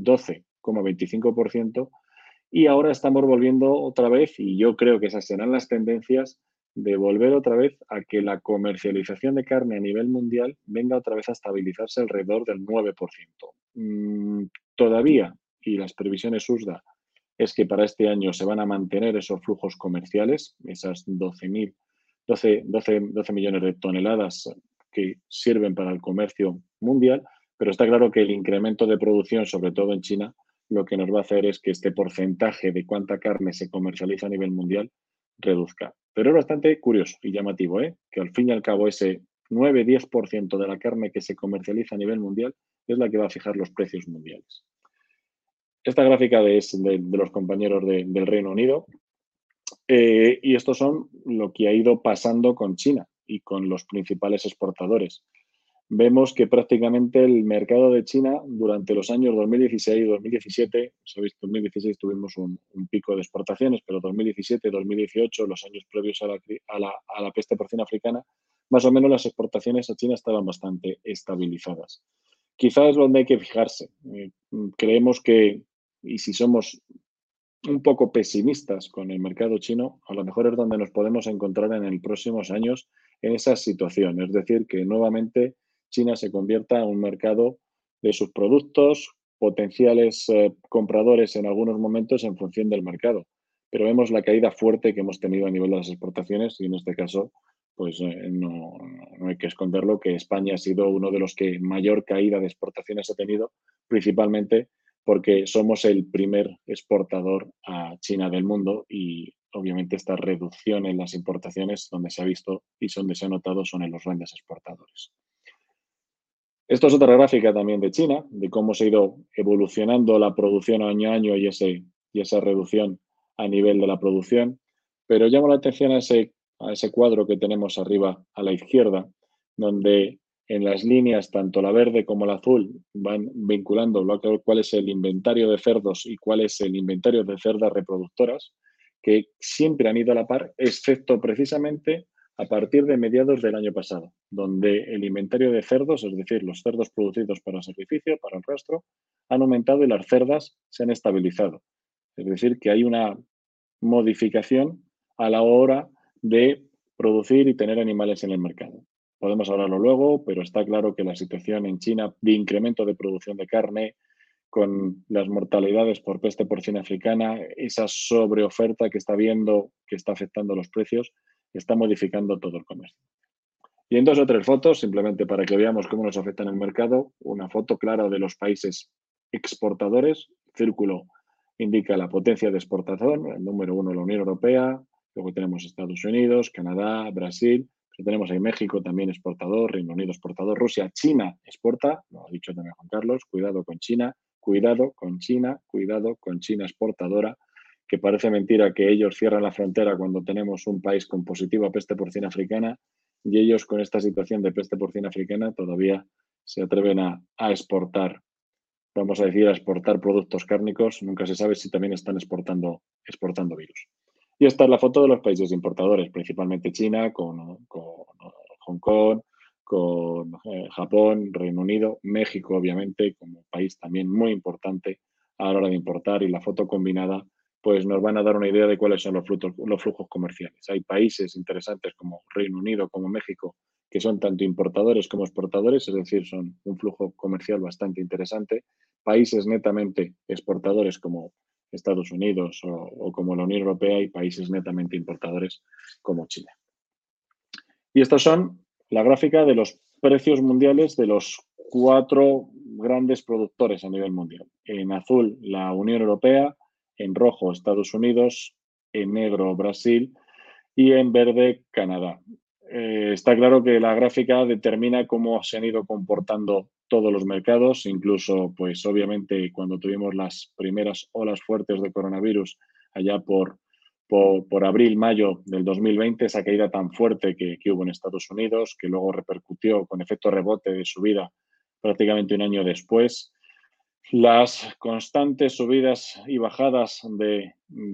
12,25% y ahora estamos volviendo otra vez, y yo creo que esas serán las tendencias, de volver otra vez a que la comercialización de carne a nivel mundial venga otra vez a estabilizarse alrededor del 9%. Todavía, y las previsiones USDA, es que para este año se van a mantener esos flujos comerciales, esas 12 millones de toneladas que sirven para el comercio mundial, pero está claro que el incremento de producción, sobre todo en China, lo que nos va a hacer es que este porcentaje de cuánta carne se comercializa a nivel mundial reduzca. Pero es bastante curioso y llamativo, que al fin y al cabo ese 9-10% de la carne que se comercializa a nivel mundial es la que va a fijar los precios mundiales. Esta gráfica es de los compañeros del Reino Unido y estos son lo que ha ido pasando con China y con los principales exportadores. vemos que prácticamente el mercado de China durante los años 2016 y 2017, sabéis, 2016 tuvimos un pico de exportaciones, pero 2017 y 2018, los años previos a la peste porcina africana, más o menos las exportaciones a China estaban bastante estabilizadas. Quizás es donde hay que fijarse. Creemos que, y si somos un poco pesimistas con el mercado chino, a lo mejor es donde nos podemos encontrar en los próximos años en esa situación. Es decir, que nuevamente China se convierta en un mercado de sus productos, potenciales compradores en algunos momentos en función del mercado. Pero vemos la caída fuerte que hemos tenido a nivel de las exportaciones y en este caso, pues no hay que esconderlo, que España ha sido uno de los que mayor caída de exportaciones ha tenido, principalmente porque somos el primer exportador a China del mundo y obviamente esta reducción en las importaciones donde se ha visto y donde se ha notado son en los grandes exportadores. Esto es otra gráfica también de China, de cómo se ha ido evolucionando la producción año a año y esa reducción a nivel de la producción, pero llamo la atención a ese cuadro que tenemos arriba a la izquierda, donde en las líneas, tanto la verde como la azul, van vinculando cuál es el inventario de cerdos y cuál es el inventario de cerdas reproductoras, que siempre han ido a la par, excepto precisamente a partir de mediados del año pasado, donde el inventario de cerdos, es decir, los cerdos producidos para sacrificio, para el rastro, han aumentado y las cerdas se han estabilizado. Es decir, que hay una modificación a la hora de producir y tener animales en el mercado. Podemos hablarlo luego, pero está claro que la situación en China de incremento de producción de carne, con las mortalidades por peste porcina africana, esa sobreoferta que está habiendo, que está afectando los precios, está modificando todo el comercio. Y en 2 o 3 fotos, simplemente para que veamos cómo nos afecta en el mercado, una foto clara de los países exportadores, círculo indica la potencia de exportación, el número 1 la Unión Europea, luego tenemos Estados Unidos, Canadá, Brasil, pero tenemos ahí México también exportador, Reino Unido exportador, Rusia, China exporta, lo ha dicho también Juan Carlos, cuidado con China, cuidado con China, cuidado con China exportadora, que parece mentira que ellos cierran la frontera cuando tenemos un país con positiva peste porcina africana y ellos con esta situación de peste porcina africana todavía se atreven a exportar, vamos a decir, a exportar productos cárnicos. Nunca se sabe si también están exportando virus. Y esta es la foto de los países importadores, principalmente China, con Hong Kong, con Japón, Reino Unido, México, obviamente, como país también muy importante a la hora de importar, y la foto combinada pues nos van a dar una idea de cuáles son los flujos comerciales. Hay países interesantes como Reino Unido, como México, que son tanto importadores como exportadores, es decir, son un flujo comercial bastante interesante. Países netamente exportadores como Estados Unidos o como la Unión Europea, y países netamente importadores como China. Y estas son la gráfica de los precios mundiales de los 4 grandes productores a nivel mundial. En azul, la Unión Europea, en rojo, Estados Unidos, en negro, Brasil y en verde, Canadá. Está claro que la gráfica determina cómo se han ido comportando todos los mercados, incluso, pues obviamente, cuando tuvimos las primeras olas fuertes de coronavirus allá por abril, mayo del 2020, esa caída tan fuerte que hubo en Estados Unidos, que luego repercutió con efecto rebote de subida prácticamente un año después. Las constantes subidas y bajadas de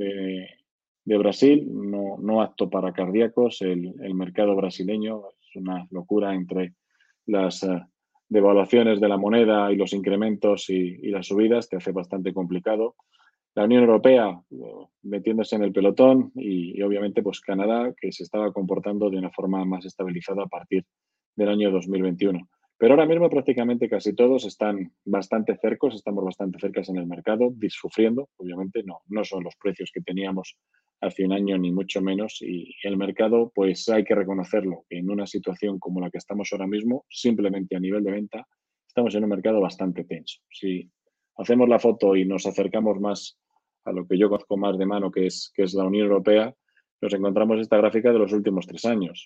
Brasil, no apto para cardíacos. El mercado brasileño es una locura entre las devaluaciones de la moneda y los incrementos y las subidas, te hace bastante complicado. La Unión Europea metiéndose en el pelotón y obviamente pues Canadá, que se estaba comportando de una forma más estabilizada a partir del año 2021. Pero ahora mismo prácticamente casi todos están bastante cercos, estamos bastante cercas en el mercado, sufriendo, obviamente no son los precios que teníamos hace un año ni mucho menos, y el mercado, pues hay que reconocerlo, que en una situación como la que estamos ahora mismo, simplemente a nivel de venta, estamos en un mercado bastante tenso. Si hacemos la foto y nos acercamos más a lo que yo conozco más de mano, que es la Unión Europea, nos encontramos esta gráfica de los últimos 3 años.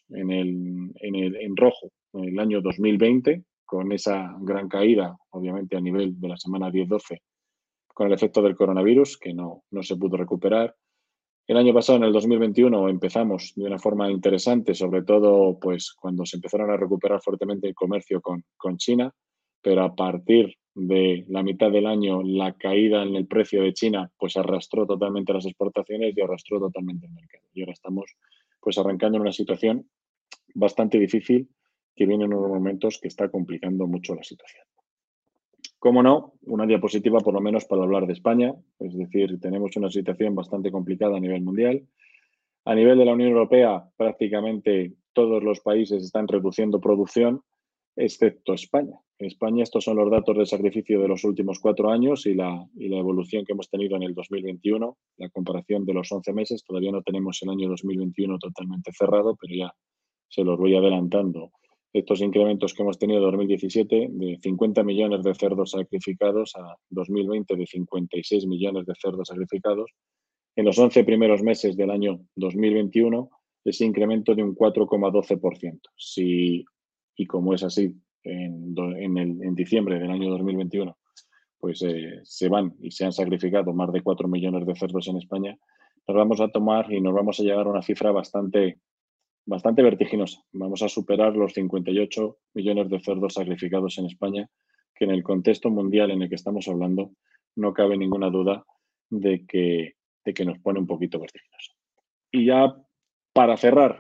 En rojo, en el año 2020, con esa gran caída, obviamente a nivel de la semana 10-12, con el efecto del coronavirus, que no se pudo recuperar. El año pasado, en el 2021, empezamos de una forma interesante, sobre todo pues, cuando se empezaron a recuperar fuertemente el comercio con China, pero a partir de la mitad del año la caída en el precio de China pues arrastró totalmente las exportaciones y arrastró totalmente el mercado. Y ahora estamos pues arrancando en una situación bastante difícil que viene en unos momentos que está complicando mucho la situación. Cómo no, una diapositiva por lo menos para hablar de España, es decir, tenemos una situación bastante complicada a nivel mundial. A nivel de la Unión Europea, prácticamente todos los países están reduciendo producción, excepto España. En España estos son los datos de sacrificio de los últimos 4 años y la evolución que hemos tenido en el 2021, la comparación de los 11 meses. Todavía no tenemos el año 2021 totalmente cerrado, pero ya se los voy adelantando. Estos incrementos que hemos tenido en 2017 de 50 millones de cerdos sacrificados a 2020 de 56 millones de cerdos sacrificados. En los 11 primeros meses del año 2021, ese incremento de un 4,12%. Y como es así, en diciembre del año 2021, pues se van y se han sacrificado más de 4 millones de cerdos en España, nos vamos a tomar y nos vamos a llegar a una cifra bastante vertiginosa. Vamos a superar los 58 millones de cerdos sacrificados en España, que en el contexto mundial en el que estamos hablando no cabe ninguna duda de que nos pone un poquito vertiginoso. Y ya para cerrar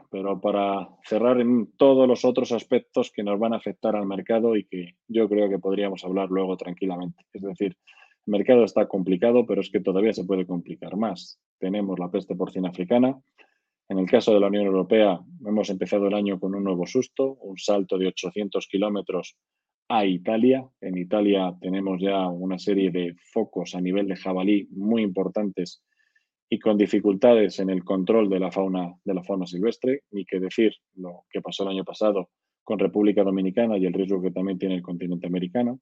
en todos los otros aspectos que nos van a afectar al mercado y que yo creo que podríamos hablar luego tranquilamente. Es decir, el mercado está complicado, pero es que todavía se puede complicar más. Tenemos la peste porcina africana. En el caso de la Unión Europea, hemos empezado el año con un nuevo susto, un salto de 800 kilómetros a Italia. En Italia tenemos ya una serie de focos a nivel de jabalí muy importantes y con dificultades en el control de la fauna silvestre, ni que decir lo que pasó el año pasado con República Dominicana y el riesgo que también tiene el continente americano.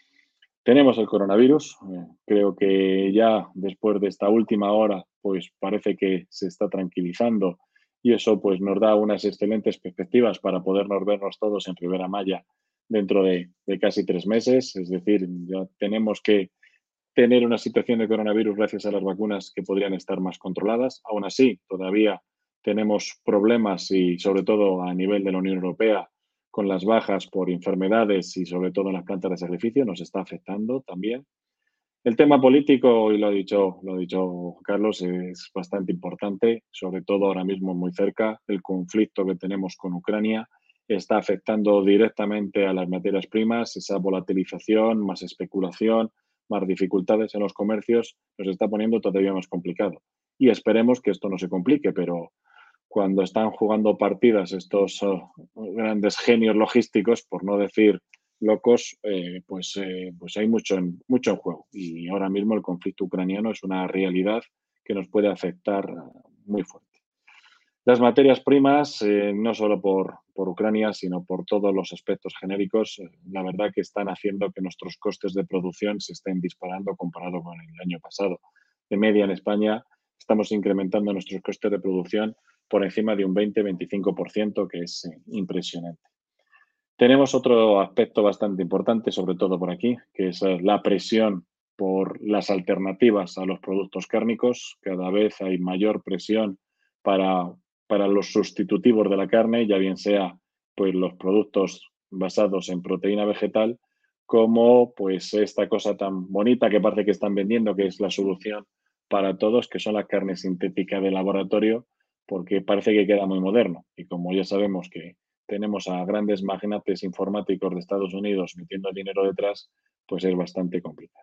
Tenemos el coronavirus. Creo que ya después de esta última hora, pues parece que se está tranquilizando y eso pues nos da unas excelentes perspectivas para podernos vernos todos en Ribera Maya dentro de casi 3 meses. Es decir, ya tenemos que tener una situación de coronavirus gracias a las vacunas que podrían estar más controladas. Aún así, todavía tenemos problemas y sobre todo a nivel de la Unión Europea con las bajas por enfermedades y sobre todo en las plantas de sacrificio, nos está afectando también. El tema político, y lo ha dicho Carlos, es bastante importante, sobre todo ahora mismo muy cerca. El conflicto que tenemos con Ucrania está afectando directamente a las materias primas, esa volatilización, más especulación, más dificultades en los comercios, nos está poniendo todavía más complicado. Y esperemos que esto no se complique, pero cuando están jugando partidas estos grandes genios logísticos, por no decir locos, pues hay mucho en juego. Y ahora mismo el conflicto ucraniano es una realidad que nos puede afectar muy fuerte. Las materias primas, no solo por Ucrania, sino por todos los aspectos genéricos, la verdad que están haciendo que nuestros costes de producción se estén disparando comparado con el año pasado. De media en España estamos incrementando nuestros costes de producción por encima de un 20-25%, que es impresionante. Tenemos otro aspecto bastante importante, sobre todo por aquí, que es la presión por las alternativas a los productos cárnicos. Cada vez hay mayor presión para los sustitutivos de la carne, ya bien sea pues, los productos basados en proteína vegetal, como pues esta cosa tan bonita que parece que están vendiendo, que es la solución para todos, que son las carnes sintéticas de laboratorio, porque parece que queda muy moderno. Y como ya sabemos que tenemos a grandes magnates informáticos de Estados Unidos metiendo dinero detrás, pues es bastante complicado.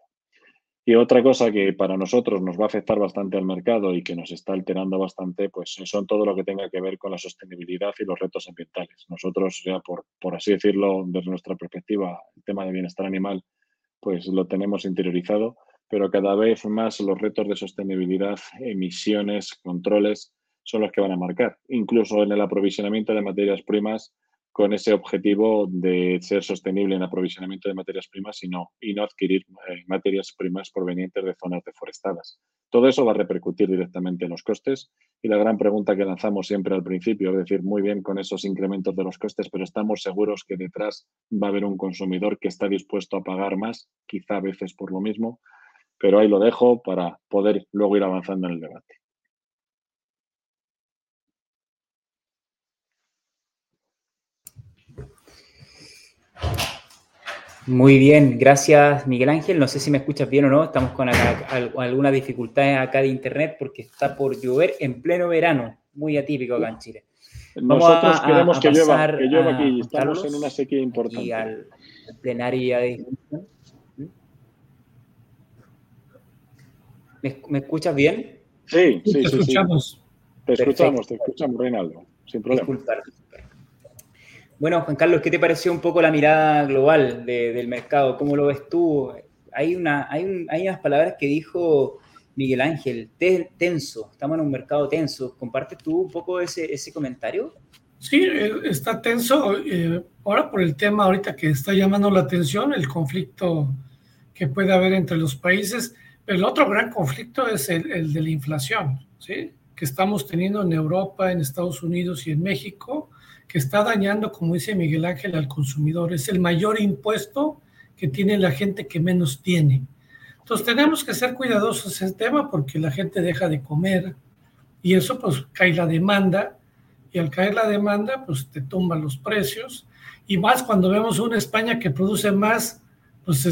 Y otra cosa que para nosotros nos va a afectar bastante al mercado y que nos está alterando bastante, pues son todo lo que tenga que ver con la sostenibilidad y los retos ambientales. Nosotros, ya por así decirlo, desde nuestra perspectiva, el tema de bienestar animal, pues lo tenemos interiorizado, pero cada vez más los retos de sostenibilidad, emisiones, controles, son los que van a marcar. Incluso en el aprovisionamiento de materias primas, con ese objetivo de ser sostenible en aprovisionamiento de materias primas y no adquirir materias primas provenientes de zonas deforestadas. Todo eso va a repercutir directamente en los costes y la gran pregunta que lanzamos siempre al principio, es decir, muy bien con esos incrementos de los costes, pero estamos seguros que detrás va a haber un consumidor que está dispuesto a pagar más, quizá a veces por lo mismo, pero ahí lo dejo para poder luego ir avanzando en el debate. Muy bien, gracias Miguel Ángel. No sé si me escuchas bien o no, estamos con algunas dificultades acá de internet porque está por llover en pleno verano, muy atípico acá en Chile. Vamos Nosotros queremos a que llueva pasar aquí. a Juan Estamos en una Carlos, sequía aquí importante. al plenario ya de discusión. ¿Me escuchas bien? Sí. Te escuchamos. Te escuchamos, Perfecto. Reinaldo, sin problema. Disculpa. Bueno, Juan Carlos, ¿qué te pareció un poco la mirada global del mercado? ¿Cómo lo ves tú? Hay unas palabras que dijo Miguel Ángel, tenso, estamos en un mercado tenso. ¿Compartes tú un poco ese comentario? Sí, está tenso. Ahora por el tema ahorita que está llamando la atención, el conflicto que puede haber entre los países. Pero el otro gran conflicto es el de la inflación, ¿sí? Que estamos teniendo en Europa, en Estados Unidos y en México, que está dañando, como dice Miguel Ángel, al consumidor. Es el mayor impuesto que tiene la gente que menos tiene. Entonces tenemos que ser cuidadosos en ese tema porque la gente deja de comer y eso pues cae la demanda y al caer la demanda pues te tumban los precios y más cuando vemos una España que produce más, pues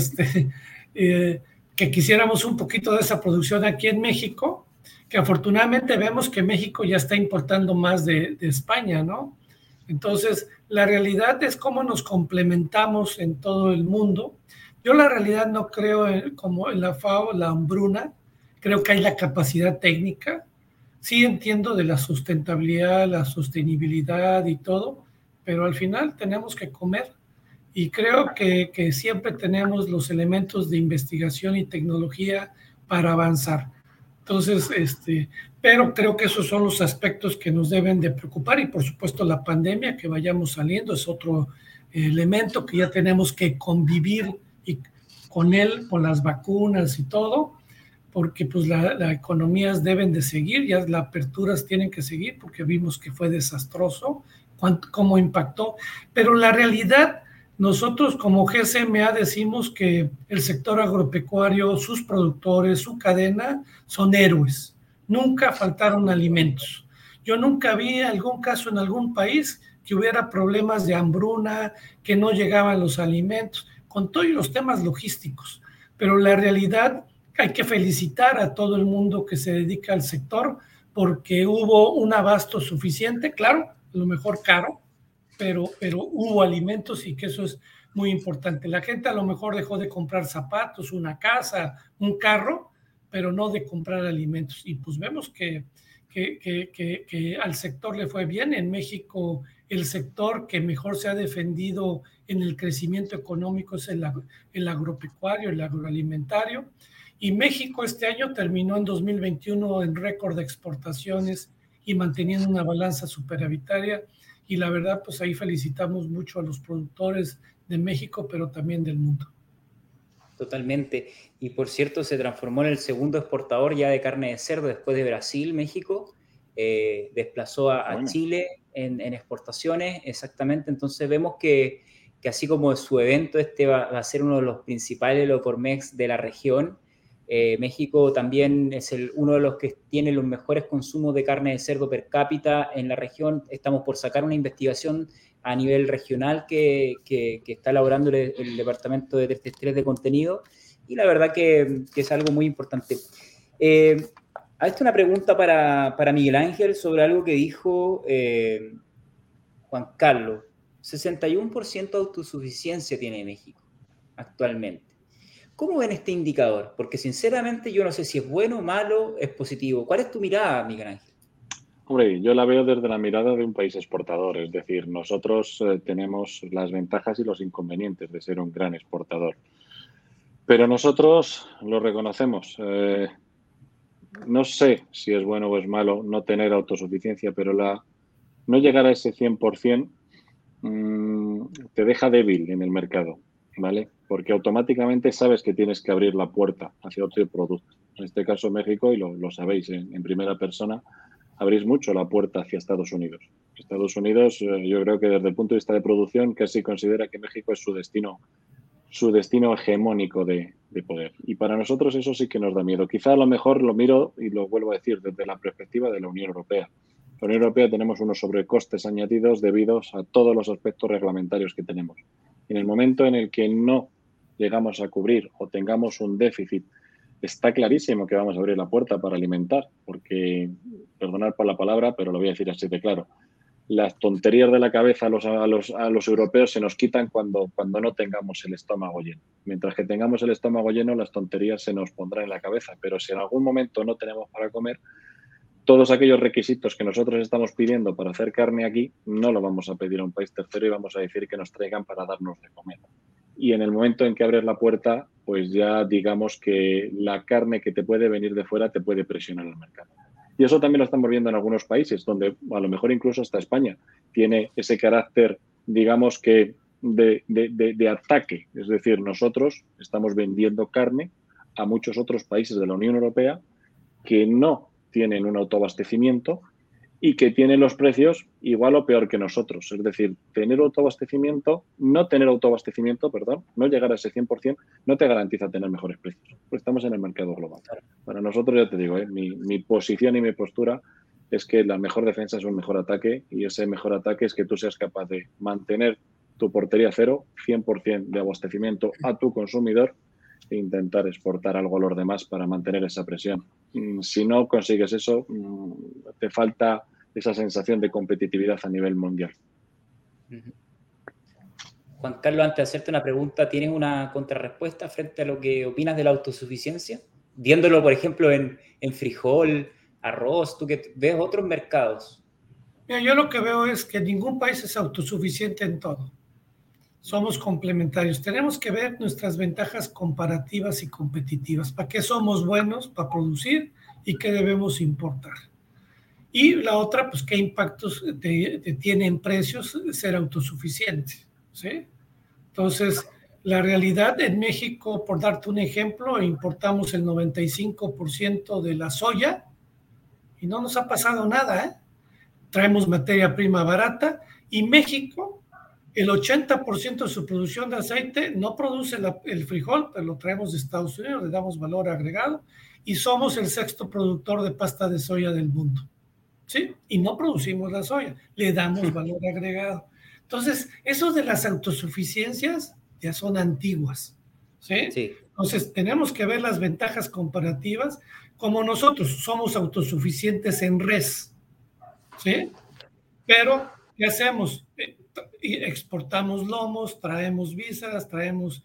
que quisiéramos un poquito de esa producción aquí en México, que afortunadamente vemos que México ya está importando más de España, ¿no? Entonces, la realidad es cómo nos complementamos en todo el mundo. Yo la realidad no creo como en la FAO, la hambruna, creo que hay la capacidad técnica. Sí entiendo de la sustentabilidad, la sostenibilidad y todo, pero al final tenemos que comer y creo que siempre tenemos los elementos de investigación y tecnología para avanzar. Entonces, pero creo que esos son los aspectos que nos deben de preocupar y por supuesto la pandemia que vayamos saliendo es otro elemento que ya tenemos que convivir y con él, con las vacunas y todo, porque pues las economías deben de seguir, ya las aperturas tienen que seguir porque vimos que fue desastroso, cómo impactó, pero la realidad, nosotros como GSMA decimos que el sector agropecuario, sus productores, su cadena, son héroes, nunca faltaron alimentos. Yo nunca vi algún caso en algún país que hubiera problemas de hambruna, que no llegaban los alimentos, con todos los temas logísticos, pero la realidad hay que felicitar a todo el mundo que se dedica al sector porque hubo un abasto suficiente, claro, a lo mejor caro, pero hubo alimentos y que eso es muy importante. La gente a lo mejor dejó de comprar zapatos, una casa, un carro, pero no de comprar alimentos. Y pues vemos que al sector le fue bien. En México, el sector que mejor se ha defendido en el crecimiento económico es el agropecuario, el agroalimentario. Y México este año terminó en 2021 en récord de exportaciones y manteniendo una balanza superavitaria. Y la verdad, pues ahí felicitamos mucho a los productores de México, pero también del mundo. Totalmente. Y por cierto, se transformó en el segundo exportador ya de carne de cerdo después de Brasil, México. Desplazó a Chile en exportaciones, exactamente. Entonces vemos que así como su evento va a ser uno de los principales Lopormex de la región, México también es uno de los que tiene los mejores consumos de carne de cerdo per cápita en la región. Estamos por sacar una investigación a nivel regional que está elaborando el Departamento de 333 de Contenido y la verdad que es algo muy importante. A esto una pregunta para Miguel Ángel sobre algo que dijo Juan Carlos. 61% de autosuficiencia tiene México actualmente. ¿Cómo ven este indicador? Porque sinceramente yo no sé si es bueno, malo, es positivo. ¿Cuál es tu mirada, Miguel Ángel? Hombre, yo la veo desde la mirada de un país exportador, es decir, nosotros tenemos las ventajas y los inconvenientes de ser un gran exportador. Pero nosotros lo reconocemos. No sé si es bueno o es malo no tener autosuficiencia, pero no llegar a ese 100% te deja débil en el mercado, ¿vale? Porque automáticamente sabes que tienes que abrir la puerta hacia otro producto. En este caso México, y lo sabéis en primera persona, abrís mucho la puerta hacia Estados Unidos. Estados Unidos, yo creo que desde el punto de vista de producción casi considera que México es su destino hegemónico de poder. Y para nosotros eso sí que nos da miedo. Quizá a lo mejor lo miro y lo vuelvo a decir desde la perspectiva de la Unión Europea. En la Unión Europea tenemos unos sobrecostes añadidos debido a todos los aspectos reglamentarios que tenemos. En el momento en el que no llegamos a cubrir o tengamos un déficit, está clarísimo que vamos a abrir la puerta para alimentar, porque, perdonad por la palabra, pero lo voy a decir así de claro, las tonterías de la cabeza a los europeos se nos quitan cuando no tengamos el estómago lleno. Mientras que tengamos el estómago lleno, las tonterías se nos pondrán en la cabeza, pero si en algún momento no tenemos para comer, todos aquellos requisitos que nosotros estamos pidiendo para hacer carne aquí, no lo vamos a pedir a un país tercero y vamos a decir que nos traigan para darnos de comer. Y en el momento en que abres la puerta, pues ya digamos que la carne que te puede venir de fuera te puede presionar el mercado. Y eso también lo estamos viendo en algunos países, donde a lo mejor incluso hasta España tiene ese carácter, digamos que de ataque. Es decir, nosotros estamos vendiendo carne a muchos otros países de la Unión Europea que no tienen un autoabastecimiento y que tienen los precios igual o peor que nosotros. Es decir, no tener autoabastecimiento, no llegar a ese 100%, no te garantiza tener mejores precios. Pues estamos en el mercado global. Para nosotros, ya te digo, mi posición y mi postura es que la mejor defensa es un mejor ataque, y ese mejor ataque es que tú seas capaz de mantener tu portería cero, 100% de abastecimiento a tu consumidor, e intentar exportar algo a los demás para mantener esa presión. Si no consigues eso, te falta esa sensación de competitividad a nivel mundial. Juan Carlos, antes de hacerte una pregunta, ¿tienes una contrarrespuesta frente a lo que opinas de la autosuficiencia? Viéndolo, por ejemplo, en frijol, arroz, tú que ves otros mercados. Mira, yo lo que veo es que ningún país es autosuficiente en todo. Somos complementarios. Tenemos que ver nuestras ventajas comparativas y competitivas. ¿Para qué somos buenos? Para producir, y qué debemos importar. Y la otra, pues, qué impactos tiene en precios ser autosuficiente, ¿sí? Entonces, la realidad en México, por darte un ejemplo, importamos el 95% de la soya y no nos ha pasado nada, ¿eh? Traemos materia prima barata, y México, el 80% de su producción de aceite no produce el frijol, pero lo traemos de Estados Unidos, le damos valor agregado, y somos el sexto productor de pasta de soya del mundo, ¿sí? Y no producimos la soya, le damos valor agregado. Entonces, eso de las autosuficiencias ya son antiguas, ¿sí? Sí. Entonces, tenemos que ver las ventajas comparativas, como nosotros somos autosuficientes en res, ¿sí? Pero, ¿qué hacemos? Exportamos lomos, traemos vísceras, traemos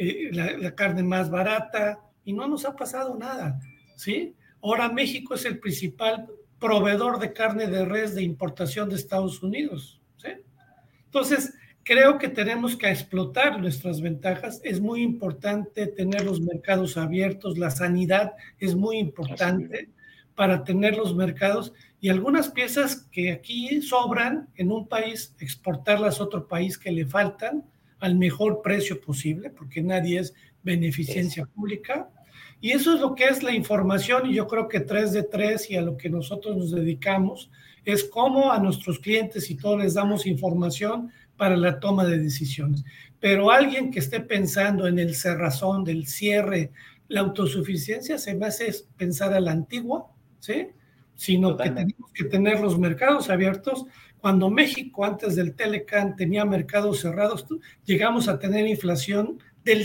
la carne más barata, y no nos ha pasado nada, ¿sí? Ahora México es el principal proveedor de carne de res de importación de Estados Unidos, ¿sí? Entonces, creo que tenemos que explotar nuestras ventajas. Es muy importante tener los mercados abiertos, la sanidad es muy importante para tener los mercados, y algunas piezas que aquí sobran en un país, exportarlas a otro país que le faltan al mejor precio posible, porque nadie es beneficencia pública. Y eso es lo que es la información, y yo creo que 3 de 3 y a lo que nosotros nos dedicamos es cómo a nuestros clientes y todos les damos información para la toma de decisiones. Pero alguien que esté pensando en el cerrazón del cierre, la autosuficiencia, se me hace pensar a la antigua, ¿sí? Sino Totalmente. Que tenemos que tener los mercados abiertos. Cuando México, antes del Telecan, tenía mercados cerrados, llegamos a tener inflación del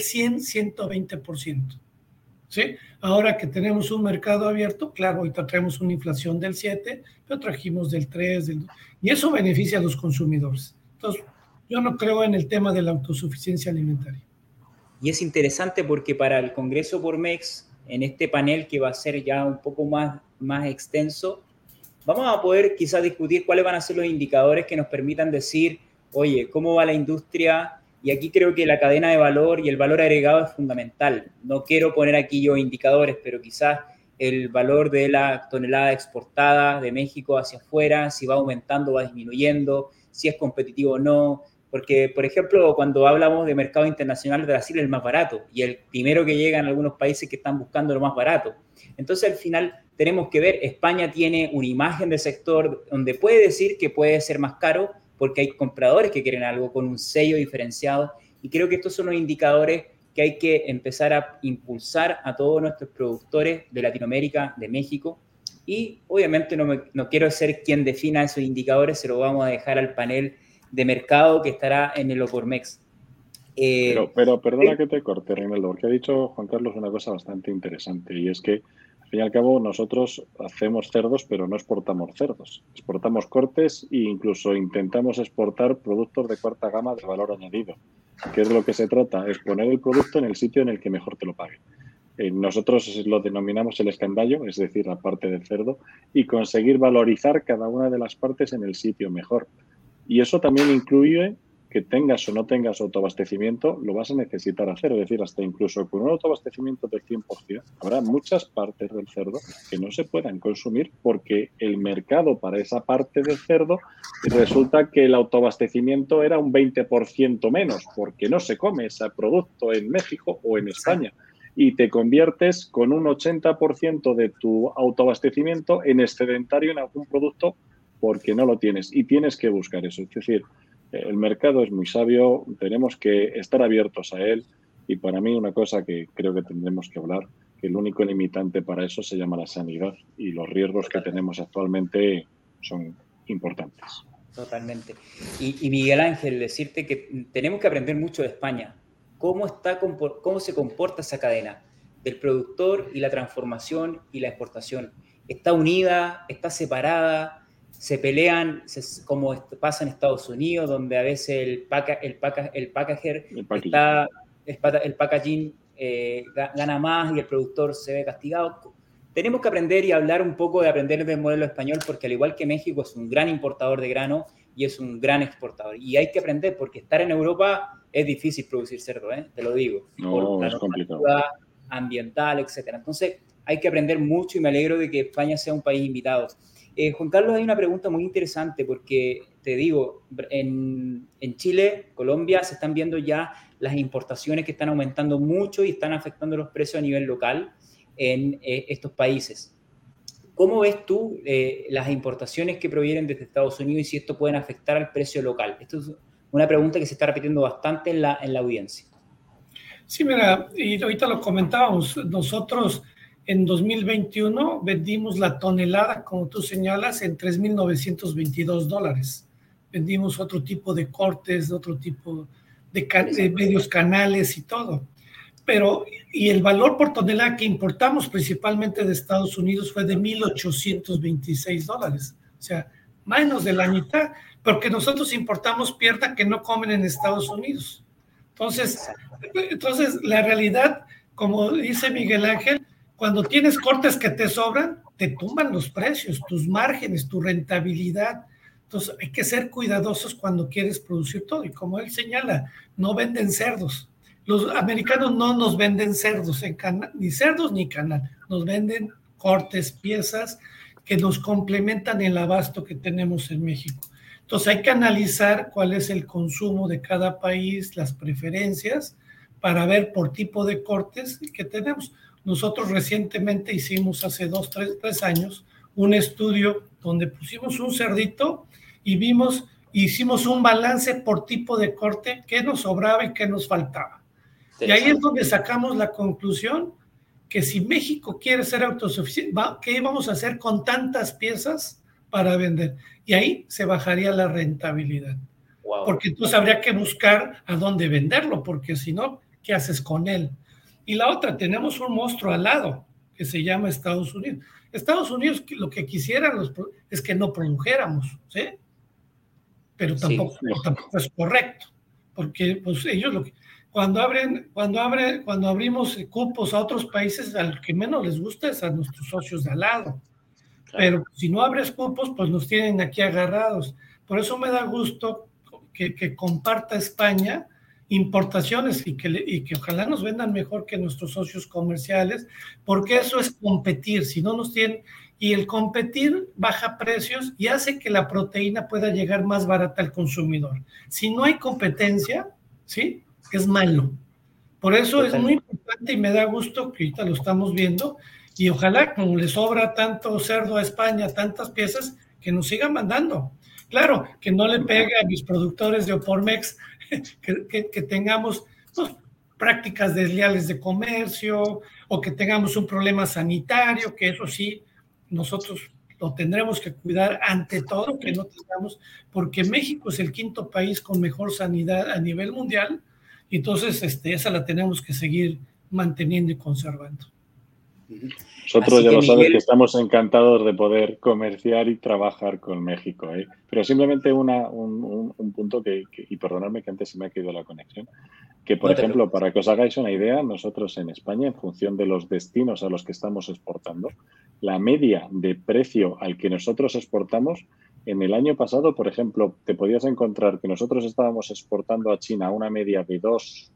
100-120%. ¿Sí? Ahora que tenemos un mercado abierto, claro, ahorita traemos una inflación del 7%, pero trajimos del 3%, y eso beneficia a los consumidores. Entonces, yo no creo en el tema de la autosuficiencia alimentaria. Y es interesante porque para el Congreso Pormex, en este panel que va a ser ya un poco más extenso, vamos a poder quizás discutir cuáles van a ser los indicadores que nos permitan decir, oye, ¿cómo va la industria? Y aquí creo que la cadena de valor y el valor agregado es fundamental. No quiero poner aquí yo indicadores, pero quizás el valor de la tonelada exportada de México hacia afuera, si va aumentando o va disminuyendo, si es competitivo o no. Porque, por ejemplo, cuando hablamos de mercado internacional, Brasil es el más barato y el primero que llega en algunos países que están buscando lo más barato. Entonces, al final, tenemos que ver, España tiene una imagen de sector donde puede decir que puede ser más caro porque hay compradores que quieren algo con un sello diferenciado, y creo que estos son los indicadores que hay que empezar a impulsar a todos nuestros productores de Latinoamérica, de México, y obviamente no quiero ser quien defina esos indicadores, se lo vamos a dejar al panel de mercado que estará en el Opormex. Pero perdona que te corte, Reinaldo, porque ha dicho Juan Carlos una cosa bastante interesante, y es que al fin y al cabo nosotros hacemos cerdos, pero no exportamos cerdos. Exportamos cortes e incluso intentamos exportar productos de cuarta gama de valor añadido. ¿Qué es lo que se trata? Es poner el producto en el sitio en el que mejor te lo pague. Nosotros lo denominamos el escandallo, es decir, la parte del cerdo, y conseguir valorizar cada una de las partes en el sitio mejor. Y eso también incluye que tengas o no tengas autoabastecimiento, lo vas a necesitar hacer. Es decir, hasta incluso con un autoabastecimiento del 100%, habrá muchas partes del cerdo que no se puedan consumir porque el mercado para esa parte del cerdo resulta que el autoabastecimiento era un 20% menos porque no se come ese producto en México o en España. Y te conviertes con un 80% de tu autoabastecimiento en excedentario en algún producto porque no lo tienes y tienes que buscar eso. Es decir, el mercado es muy sabio, tenemos que estar abiertos a él y para mí una cosa que creo que tendremos que hablar, que el único limitante para eso se llama la sanidad y los riesgos que tenemos actualmente son importantes. Totalmente. Y Miguel Ángel, decirte que tenemos que aprender mucho de España. ¿Cómo se comporta esa cadena del productor y la transformación y la exportación? ¿Está unida? ¿Está separada? ¿Se pelean como pasa en Estados Unidos, donde a veces el packaging gana más y el productor se ve castigado? Tenemos que aprender y hablar un poco de aprender del modelo español, porque al igual que México es un gran importador de grano y es un gran exportador. Y hay que aprender, porque estar en Europa es difícil producir cerdo, te lo digo. No, por es complicado. Ambiental, etcétera. Entonces, hay que aprender mucho y me alegro de que España sea un país invitado. Juan Carlos, hay una pregunta muy interesante porque, te digo, en Chile, Colombia, se están viendo ya las importaciones que están aumentando mucho y están afectando los precios a nivel local en estos países. ¿Cómo ves tú las importaciones que provienen desde Estados Unidos y si esto puede afectar al precio local? Esto es una pregunta que se está repitiendo bastante en la audiencia. Sí, mira, y ahorita lo comentábamos, nosotros en 2021 vendimos la tonelada, como tú señalas, en $3,922. Vendimos otro tipo de cortes, otro tipo de medios canales y todo. Pero, y el valor por tonelada que importamos principalmente de Estados Unidos fue de $1,826. O sea, menos de la mitad, porque nosotros importamos pierna que no comen en Estados Unidos. Entonces, la realidad, como dice Miguel Ángel, cuando tienes cortes que te sobran, te tumban los precios, tus márgenes, tu rentabilidad. Entonces, hay que ser cuidadosos cuando quieres producir todo. Y como él señala, no venden cerdos. Los americanos no nos venden cerdos en canal, ni cerdos ni canal. Nos venden cortes, piezas que nos complementan el abasto que tenemos en México. Entonces hay que analizar cuál es el consumo de cada país, las preferencias, para ver por tipo de cortes que tenemos. Nosotros recientemente hicimos hace 3 años un estudio donde pusimos un cerdito y hicimos un balance por tipo de corte, qué nos sobraba y qué nos faltaba. Y ahí es donde sacamos la conclusión que si México quiere ser autosuficiente, ¿qué vamos a hacer con tantas piezas para vender? Y ahí se bajaría la rentabilidad. Wow. Porque entonces habría que buscar a dónde venderlo, porque si no, ¿qué haces con él? Y la otra, tenemos un monstruo al lado que se llama Estados Unidos. Estados Unidos lo que quisieran es que no produjéramos, ¿sí? Pero tampoco es correcto, porque pues ellos lo que... Cuando abrimos cupos a otros países, al que menos les gusta es a nuestros socios de al lado. Claro. Pero si no abres cupos, pues nos tienen aquí agarrados. Por eso me da gusto que comparta España importaciones y que ojalá nos vendan mejor que nuestros socios comerciales, porque eso es competir. Si no nos tienen... Y el competir baja precios y hace que la proteína pueda llegar más barata al consumidor. Si no hay competencia, ¿sí?, es malo. Por eso es muy importante y me da gusto que ahorita lo estamos viendo y ojalá, como le sobra tanto cerdo a España, tantas piezas, que nos sigan mandando. Claro, que no le pegue a mis productores de Opormex que tengamos pues, prácticas desleales de comercio o que tengamos un problema sanitario, que eso sí, nosotros lo tendremos que cuidar ante todo, que no tengamos, porque México es el 5º país con mejor sanidad a nivel mundial. Entonces, esa la tenemos que seguir manteniendo y conservando. Nosotros Así ya que, lo sabes Miguel, que estamos encantados de poder comerciar y trabajar con México, ¿eh? Pero simplemente un punto y perdonadme que antes se me ha caído la conexión, que por no te ejemplo, preocupes. para que os hagáis una idea, nosotros en España, en función de los destinos a los que estamos exportando, la media de precio al que nosotros exportamos, en el año pasado, por ejemplo, te podías encontrar que nosotros estábamos exportando a China una media de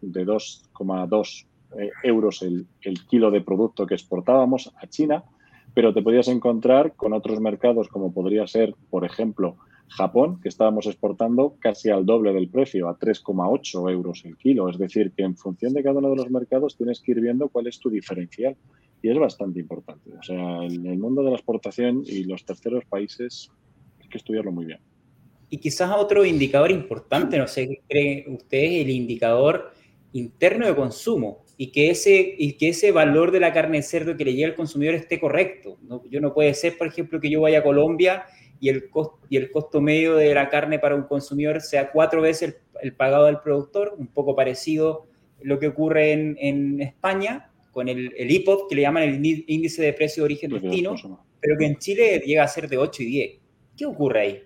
2,2 euros el kilo de producto que exportábamos a China, pero te podías encontrar con otros mercados como podría ser, por ejemplo, Japón, que estábamos exportando casi al doble del precio, a 3,8 euros el kilo. Es decir, que en función de cada uno de los mercados tienes que ir viendo cuál es tu diferencial. Y es bastante importante. O sea, el mundo de la exportación y los terceros países hay que estudiarlo muy bien. Y quizás otro indicador importante, no sé qué creen ustedes, el indicador interno de consumo y que ese valor de la carne de cerdo que le llega al consumidor esté correcto. No puede ser, por ejemplo, que yo vaya a Colombia y el costo medio de la carne para un consumidor sea 4 veces el pagado del productor, un poco parecido lo que ocurre en España con el IPOD, que le llaman el índice de precio de origen destino, pero que en Chile llega a ser de 8 y 10. ¿Qué ocurre ahí?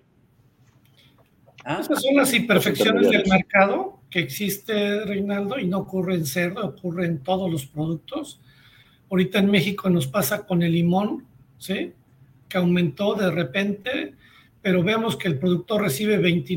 ¿Ah? Esas son las imperfecciones del mercado que existe, Reinaldo, y no ocurre en cerdo, ocurre en todos los productos. Ahorita en México nos pasa con el limón, ¿sí? Que aumentó de repente, pero vemos que el productor recibe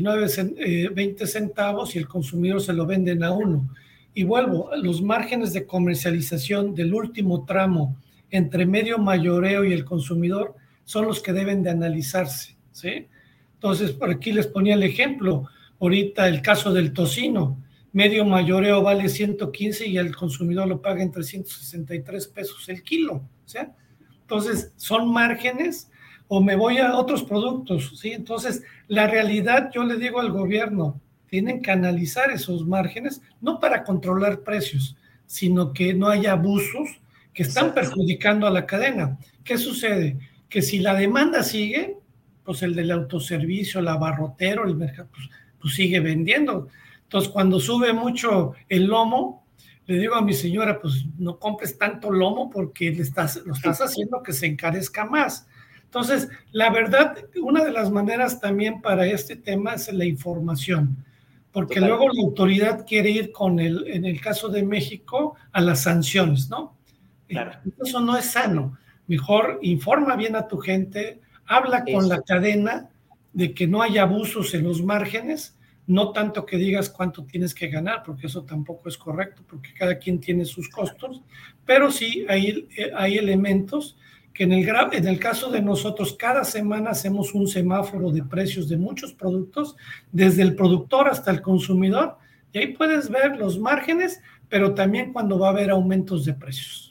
20 centavos y el consumidor se lo venden a 1. Y vuelvo, los márgenes de comercialización del último tramo entre medio mayoreo y el consumidor son los que deben de analizarse, ¿sí? Entonces, por aquí les ponía el ejemplo, ahorita el caso del tocino, medio mayoreo vale 115 y el consumidor lo paga en 363 pesos el kilo, ¿sí? Entonces, son márgenes o me voy a otros productos, ¿sí? Entonces, la realidad, yo le digo al gobierno, tienen que analizar esos márgenes, no para controlar precios, sino que no haya abusos que están perjudicando a la cadena. ¿Qué sucede? Que si la demanda sigue, pues el del autoservicio, el abarrotero, el mercado, pues sigue vendiendo. Entonces, cuando sube mucho el lomo, le digo a mi señora, pues no compres tanto lomo porque lo estás haciendo que se encarezca más. Entonces, la verdad, una de las maneras también para este tema es la información, porque luego la autoridad quiere ir en el caso de México, a las sanciones, ¿no? Claro. Eso no es sano. Mejor informa bien a tu gente, habla con la cadena de que no hay abusos en los márgenes, no tanto que digas cuánto tienes que ganar, porque eso tampoco es correcto, porque cada quien tiene sus costos, pero sí hay elementos que en el caso de nosotros, cada semana hacemos un semáforo de precios de muchos productos, desde el productor hasta el consumidor, y ahí puedes ver los márgenes, pero también cuando va a haber aumentos de precios.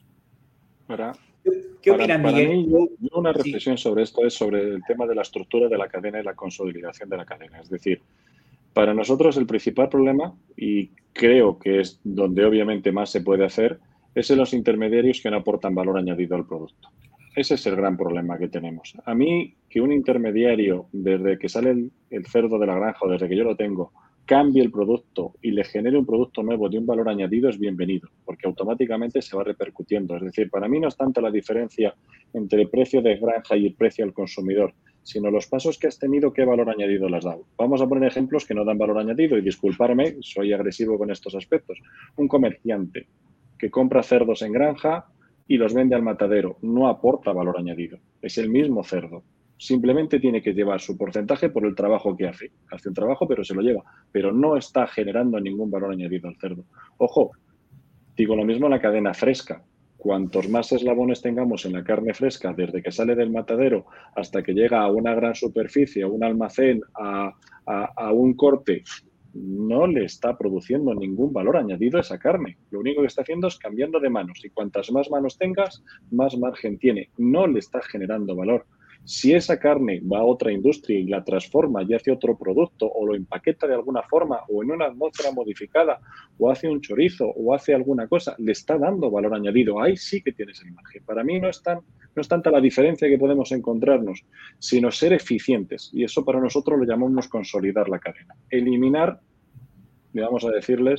¿Qué opinas, Miguel? Para mí, una reflexión sobre esto es sobre el tema de la estructura de la cadena y la consolidación de la cadena. Es decir, para nosotros el principal problema, y creo que es donde obviamente más se puede hacer, es en los intermediarios que no aportan valor añadido al producto. Ese es el gran problema que tenemos. A mí, que un intermediario, desde que sale el cerdo de la granja o desde que yo lo tengo, cambie el producto y le genere un producto nuevo de un valor añadido es bienvenido, porque automáticamente se va repercutiendo. Es decir, para mí no es tanto la diferencia entre el precio de granja y el precio al consumidor, sino los pasos que has tenido, qué valor añadido le has dado. Vamos a poner ejemplos que no dan valor añadido y disculparme, soy agresivo con estos aspectos. Un comerciante que compra cerdos en granja y los vende al matadero no aporta valor añadido, es el mismo cerdo. Simplemente tiene que llevar su porcentaje por el trabajo que hace. Hace un trabajo, pero se lo lleva. Pero no está generando ningún valor añadido al cerdo. Ojo, digo lo mismo en la cadena fresca. Cuantos más eslabones tengamos en la carne fresca, desde que sale del matadero hasta que llega a una gran superficie, a un almacén, a un corte, no le está produciendo ningún valor añadido a esa carne. Lo único que está haciendo es cambiando de manos. Y cuantas más manos tengas, más margen tiene. No le está generando valor. Si esa carne va a otra industria y la transforma y hace otro producto o lo empaqueta de alguna forma o en una atmósfera modificada o hace un chorizo o hace alguna cosa, le está dando valor añadido. Ahí sí que tienes el margen. Para mí no es tanta la diferencia que podemos encontrarnos, sino ser eficientes. Y eso para nosotros lo llamamos consolidar la cadena. Eliminar, vamos a decirles,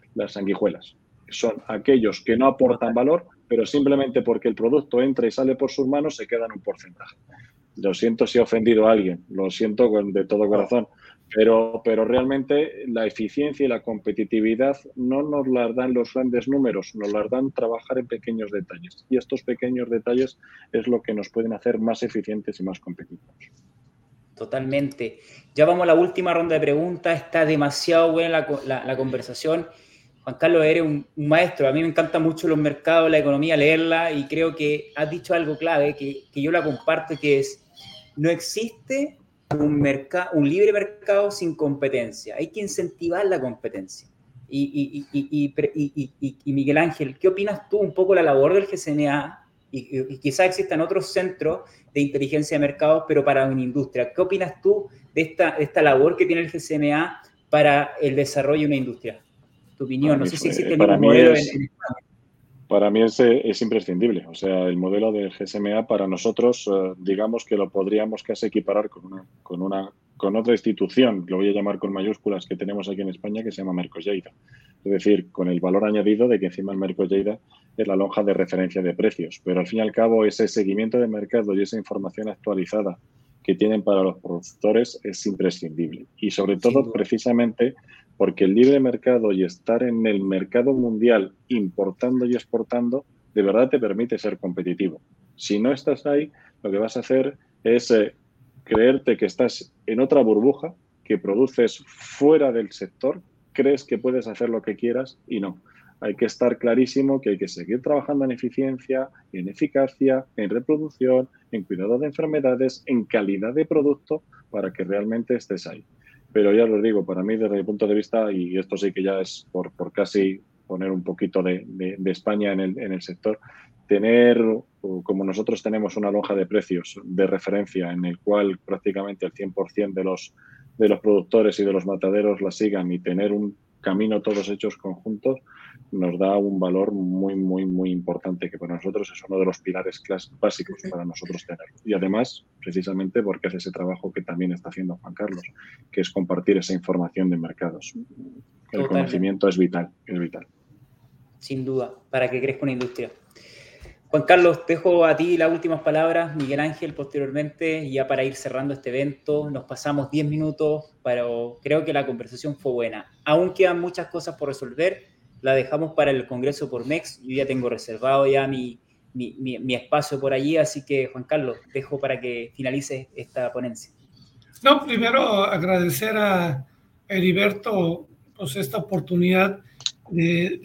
las sanguijuelas. Son aquellos que no aportan valor, pero simplemente porque el producto entra y sale por sus manos se quedan un porcentaje. Lo siento si he ofendido a alguien, lo siento de todo corazón, pero realmente la eficiencia y la competitividad no nos las dan los grandes números, nos las dan trabajar en pequeños detalles. Y estos pequeños detalles es lo que nos pueden hacer más eficientes y más competitivos. Totalmente. Ya vamos a la última ronda de preguntas. Está demasiado buena la conversación. Juan Carlos, eres un maestro. A mí me encantan mucho los mercados, la economía, leerla, y creo que has dicho algo clave que yo la comparto, que es: no existe un libre mercado sin competencia. Hay que incentivar la competencia. Y Miguel Ángel, ¿qué opinas tú un poco de la labor del GCMA? Y quizás existan otros centros de inteligencia de mercados, pero para una industria. ¿Qué opinas tú de esta labor que tiene el GCMA para el desarrollo de una industria? Tu opinión. No sé si existe el mismo modelo en España. Para mí es imprescindible. O sea, el modelo del GSMA para nosotros, digamos que lo podríamos casi equiparar con otra institución, lo voy a llamar con mayúsculas, que tenemos aquí en España, que se llama Mercolleda. Es decir, con el valor añadido de que encima el Mercolleda es la lonja de referencia de precios. Pero al fin y al cabo, ese seguimiento de mercado y esa información actualizada que tienen para los productores es imprescindible. Y sobre todo, precisamente, porque el libre mercado y estar en el mercado mundial importando y exportando, de verdad te permite ser competitivo. Si no estás ahí, lo que vas a hacer es creerte que estás en otra burbuja, que produces fuera del sector, crees que puedes hacer lo que quieras y no. Hay que estar clarísimo que hay que seguir trabajando en eficiencia, en eficacia, en reproducción, en cuidado de enfermedades, en calidad de producto para que realmente estés ahí. Pero ya os digo, para mí desde mi punto de vista, y esto sí que ya es por casi poner un poquito de España en el sector, tener, como nosotros tenemos una lonja de precios de referencia en el cual prácticamente el 100% de los productores y de los mataderos la sigan y tener un camino todos hechos conjuntos, nos da un valor muy, muy, muy importante que para nosotros es uno de los pilares básicos para nosotros tener. Y además, precisamente porque hace ese trabajo que también está haciendo Juan Carlos, que es compartir esa información de mercados. El conocimiento es vital, es vital. Sin duda, para que crezca una industria. Juan Carlos, dejo a ti las últimas palabras, Miguel Ángel posteriormente, ya para ir cerrando este evento. Nos pasamos 10 minutos, pero creo que la conversación fue buena. Aún quedan muchas cosas por resolver, la dejamos para el Congreso por MEX. Yo ya tengo reservado ya mi espacio por allí, así que Juan Carlos, dejo para que finalices esta ponencia. No, primero agradecer a Heriberto pues esta oportunidad de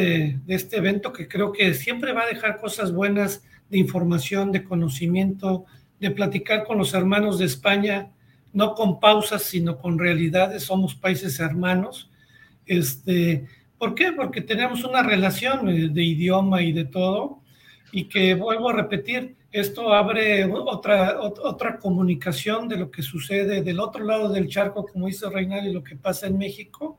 este evento, que creo que siempre va a dejar cosas buenas de información, de conocimiento, de platicar con los hermanos de España, no con pausas, sino con realidades. Somos países hermanos. ¿Por qué? Porque tenemos una relación de idioma y de todo, y que, vuelvo a repetir, esto abre otra comunicación de lo que sucede del otro lado del charco, como dice Reinaldo, y lo que pasa en México,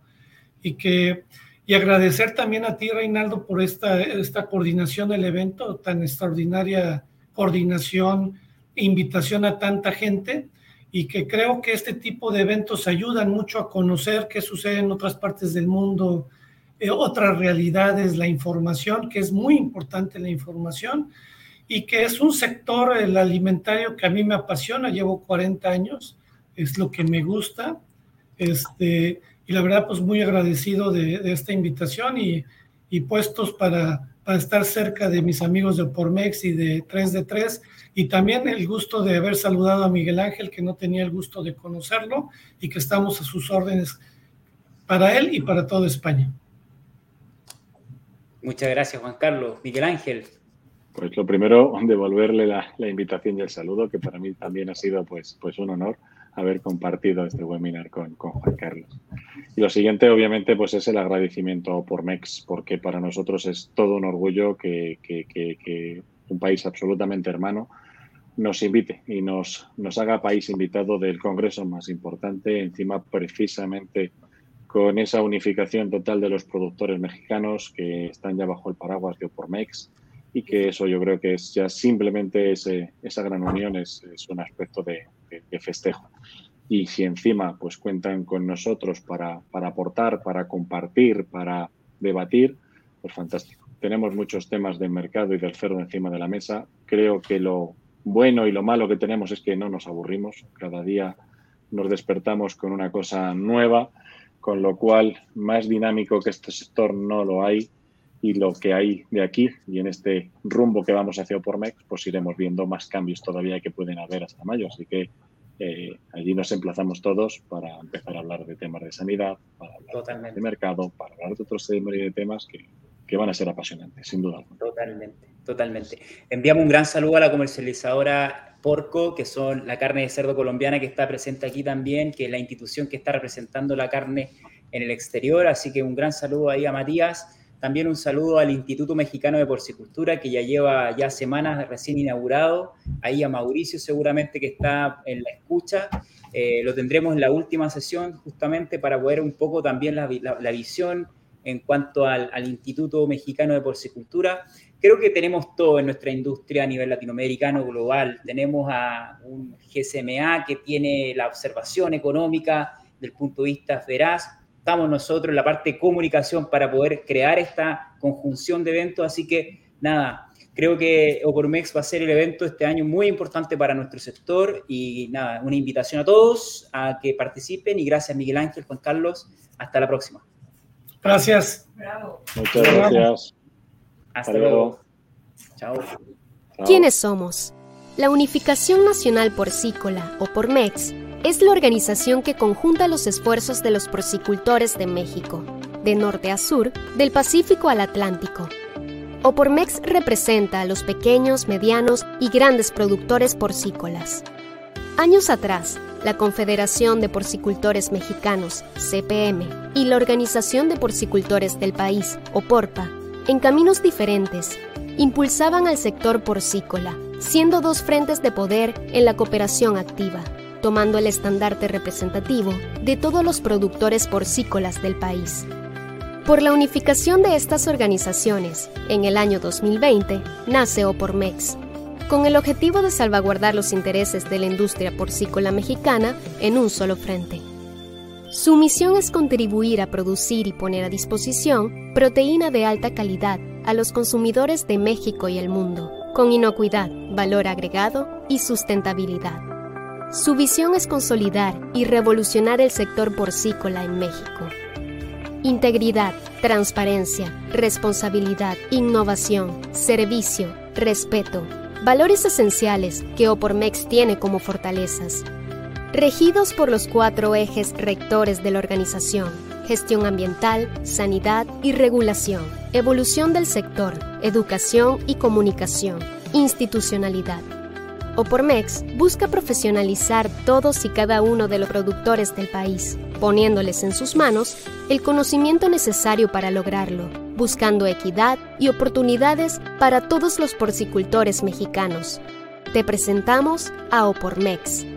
y agradecer también a ti, Reinaldo, por esta coordinación del evento, tan extraordinaria coordinación e invitación a tanta gente, y que creo que este tipo de eventos ayudan mucho a conocer qué sucede en otras partes del mundo, otras realidades, la información, que es muy importante la información, y que es un sector, el alimentario, que a mí me apasiona. Llevo 40 años, es lo que me gusta, y la verdad, pues muy agradecido de esta invitación, y puestos para estar cerca de mis amigos de Opormex y de 3 de 3, y también el gusto de haber saludado a Miguel Ángel, que no tenía el gusto de conocerlo, y que estamos a sus órdenes para él y para toda España. Muchas gracias, Juan Carlos. Miguel Ángel. Pues lo primero, devolverle la invitación y el saludo, que para mí también ha sido pues un honor haber compartido este webinar con Juan Carlos. Y lo siguiente, obviamente, pues es el agradecimiento por MEX, porque para nosotros es todo un orgullo que un país absolutamente hermano nos invite y nos haga país invitado del congreso más importante, encima precisamente con esa unificación total de los productores mexicanos que están ya bajo el paraguas de Opormex, y que eso yo creo que es ya simplemente esa gran unión es un aspecto de festejo. Y si encima pues cuentan con nosotros para aportar, para compartir, para debatir, pues fantástico. Tenemos muchos temas del mercado y del cerdo encima de la mesa. Creo que lo bueno y lo malo que tenemos es que no nos aburrimos. Cada día nos despertamos con una cosa nueva, con lo cual más dinámico que este sector no lo hay, y lo que hay de aquí y en este rumbo que vamos hacia Opormex, pues iremos viendo más cambios todavía que pueden haber hasta mayo. Así que allí nos emplazamos todos para empezar a hablar de temas de sanidad, para hablar de mercado, para hablar de otros temas que van a ser apasionantes, sin duda. Totalmente. Enviamos un gran saludo a la comercializadora Porco, que son la carne de cerdo colombiana que está presente aquí también, que es la institución que está representando la carne en el exterior. Así que un gran saludo ahí a Matías. También un saludo al Instituto Mexicano de Porcicultura, que ya lleva semanas recién inaugurado. Ahí a Mauricio seguramente que está en la escucha. Lo tendremos en la última sesión justamente para poder un poco también la visión en cuanto al Instituto Mexicano de Porcicultura. Creo que tenemos todo en nuestra industria a nivel latinoamericano, global. Tenemos a un GSMA que tiene la observación económica del punto de vista veraz. Estamos nosotros en la parte de comunicación para poder crear esta conjunción de eventos. Así que, nada, creo que Opormex va a ser el evento este año muy importante para nuestro sector. Y nada, una invitación a todos a que participen. Y gracias, Miguel Ángel, Juan Carlos. Hasta la próxima. Gracias. Bravo. Muchas gracias. Hasta luego. Chao. ¿Quiénes somos? La Unificación Nacional Porcícola, Opormex, es la organización que conjunta los esfuerzos de los porcicultores de México, de norte a sur, del Pacífico al Atlántico. Opormex representa a los pequeños, medianos y grandes productores porcícolas. Años atrás, la Confederación de Porcicultores Mexicanos, CPM, y la Organización de Porcicultores del País, OPORPA, en caminos diferentes, impulsaban al sector porcícola, siendo dos frentes de poder en la cooperación activa, tomando el estandarte representativo de todos los productores porcícolas del país. Por la unificación de estas organizaciones, en el año 2020, nace Opormex, con el objetivo de salvaguardar los intereses de la industria porcícola mexicana en un solo frente. Su misión es contribuir a producir y poner a disposición proteína de alta calidad a los consumidores de México y el mundo, con inocuidad, valor agregado y sustentabilidad. Su visión es consolidar y revolucionar el sector porcícola en México. Integridad, transparencia, responsabilidad, innovación, servicio, respeto, valores esenciales que Opormex tiene como fortalezas. Regidos por los 4 ejes rectores de la organización: gestión ambiental, sanidad y regulación, evolución del sector, educación y comunicación, institucionalidad. Opormex busca profesionalizar todos y cada uno de los productores del país, poniéndoles en sus manos el conocimiento necesario para lograrlo, buscando equidad y oportunidades para todos los porcicultores mexicanos. Te presentamos a Opormex.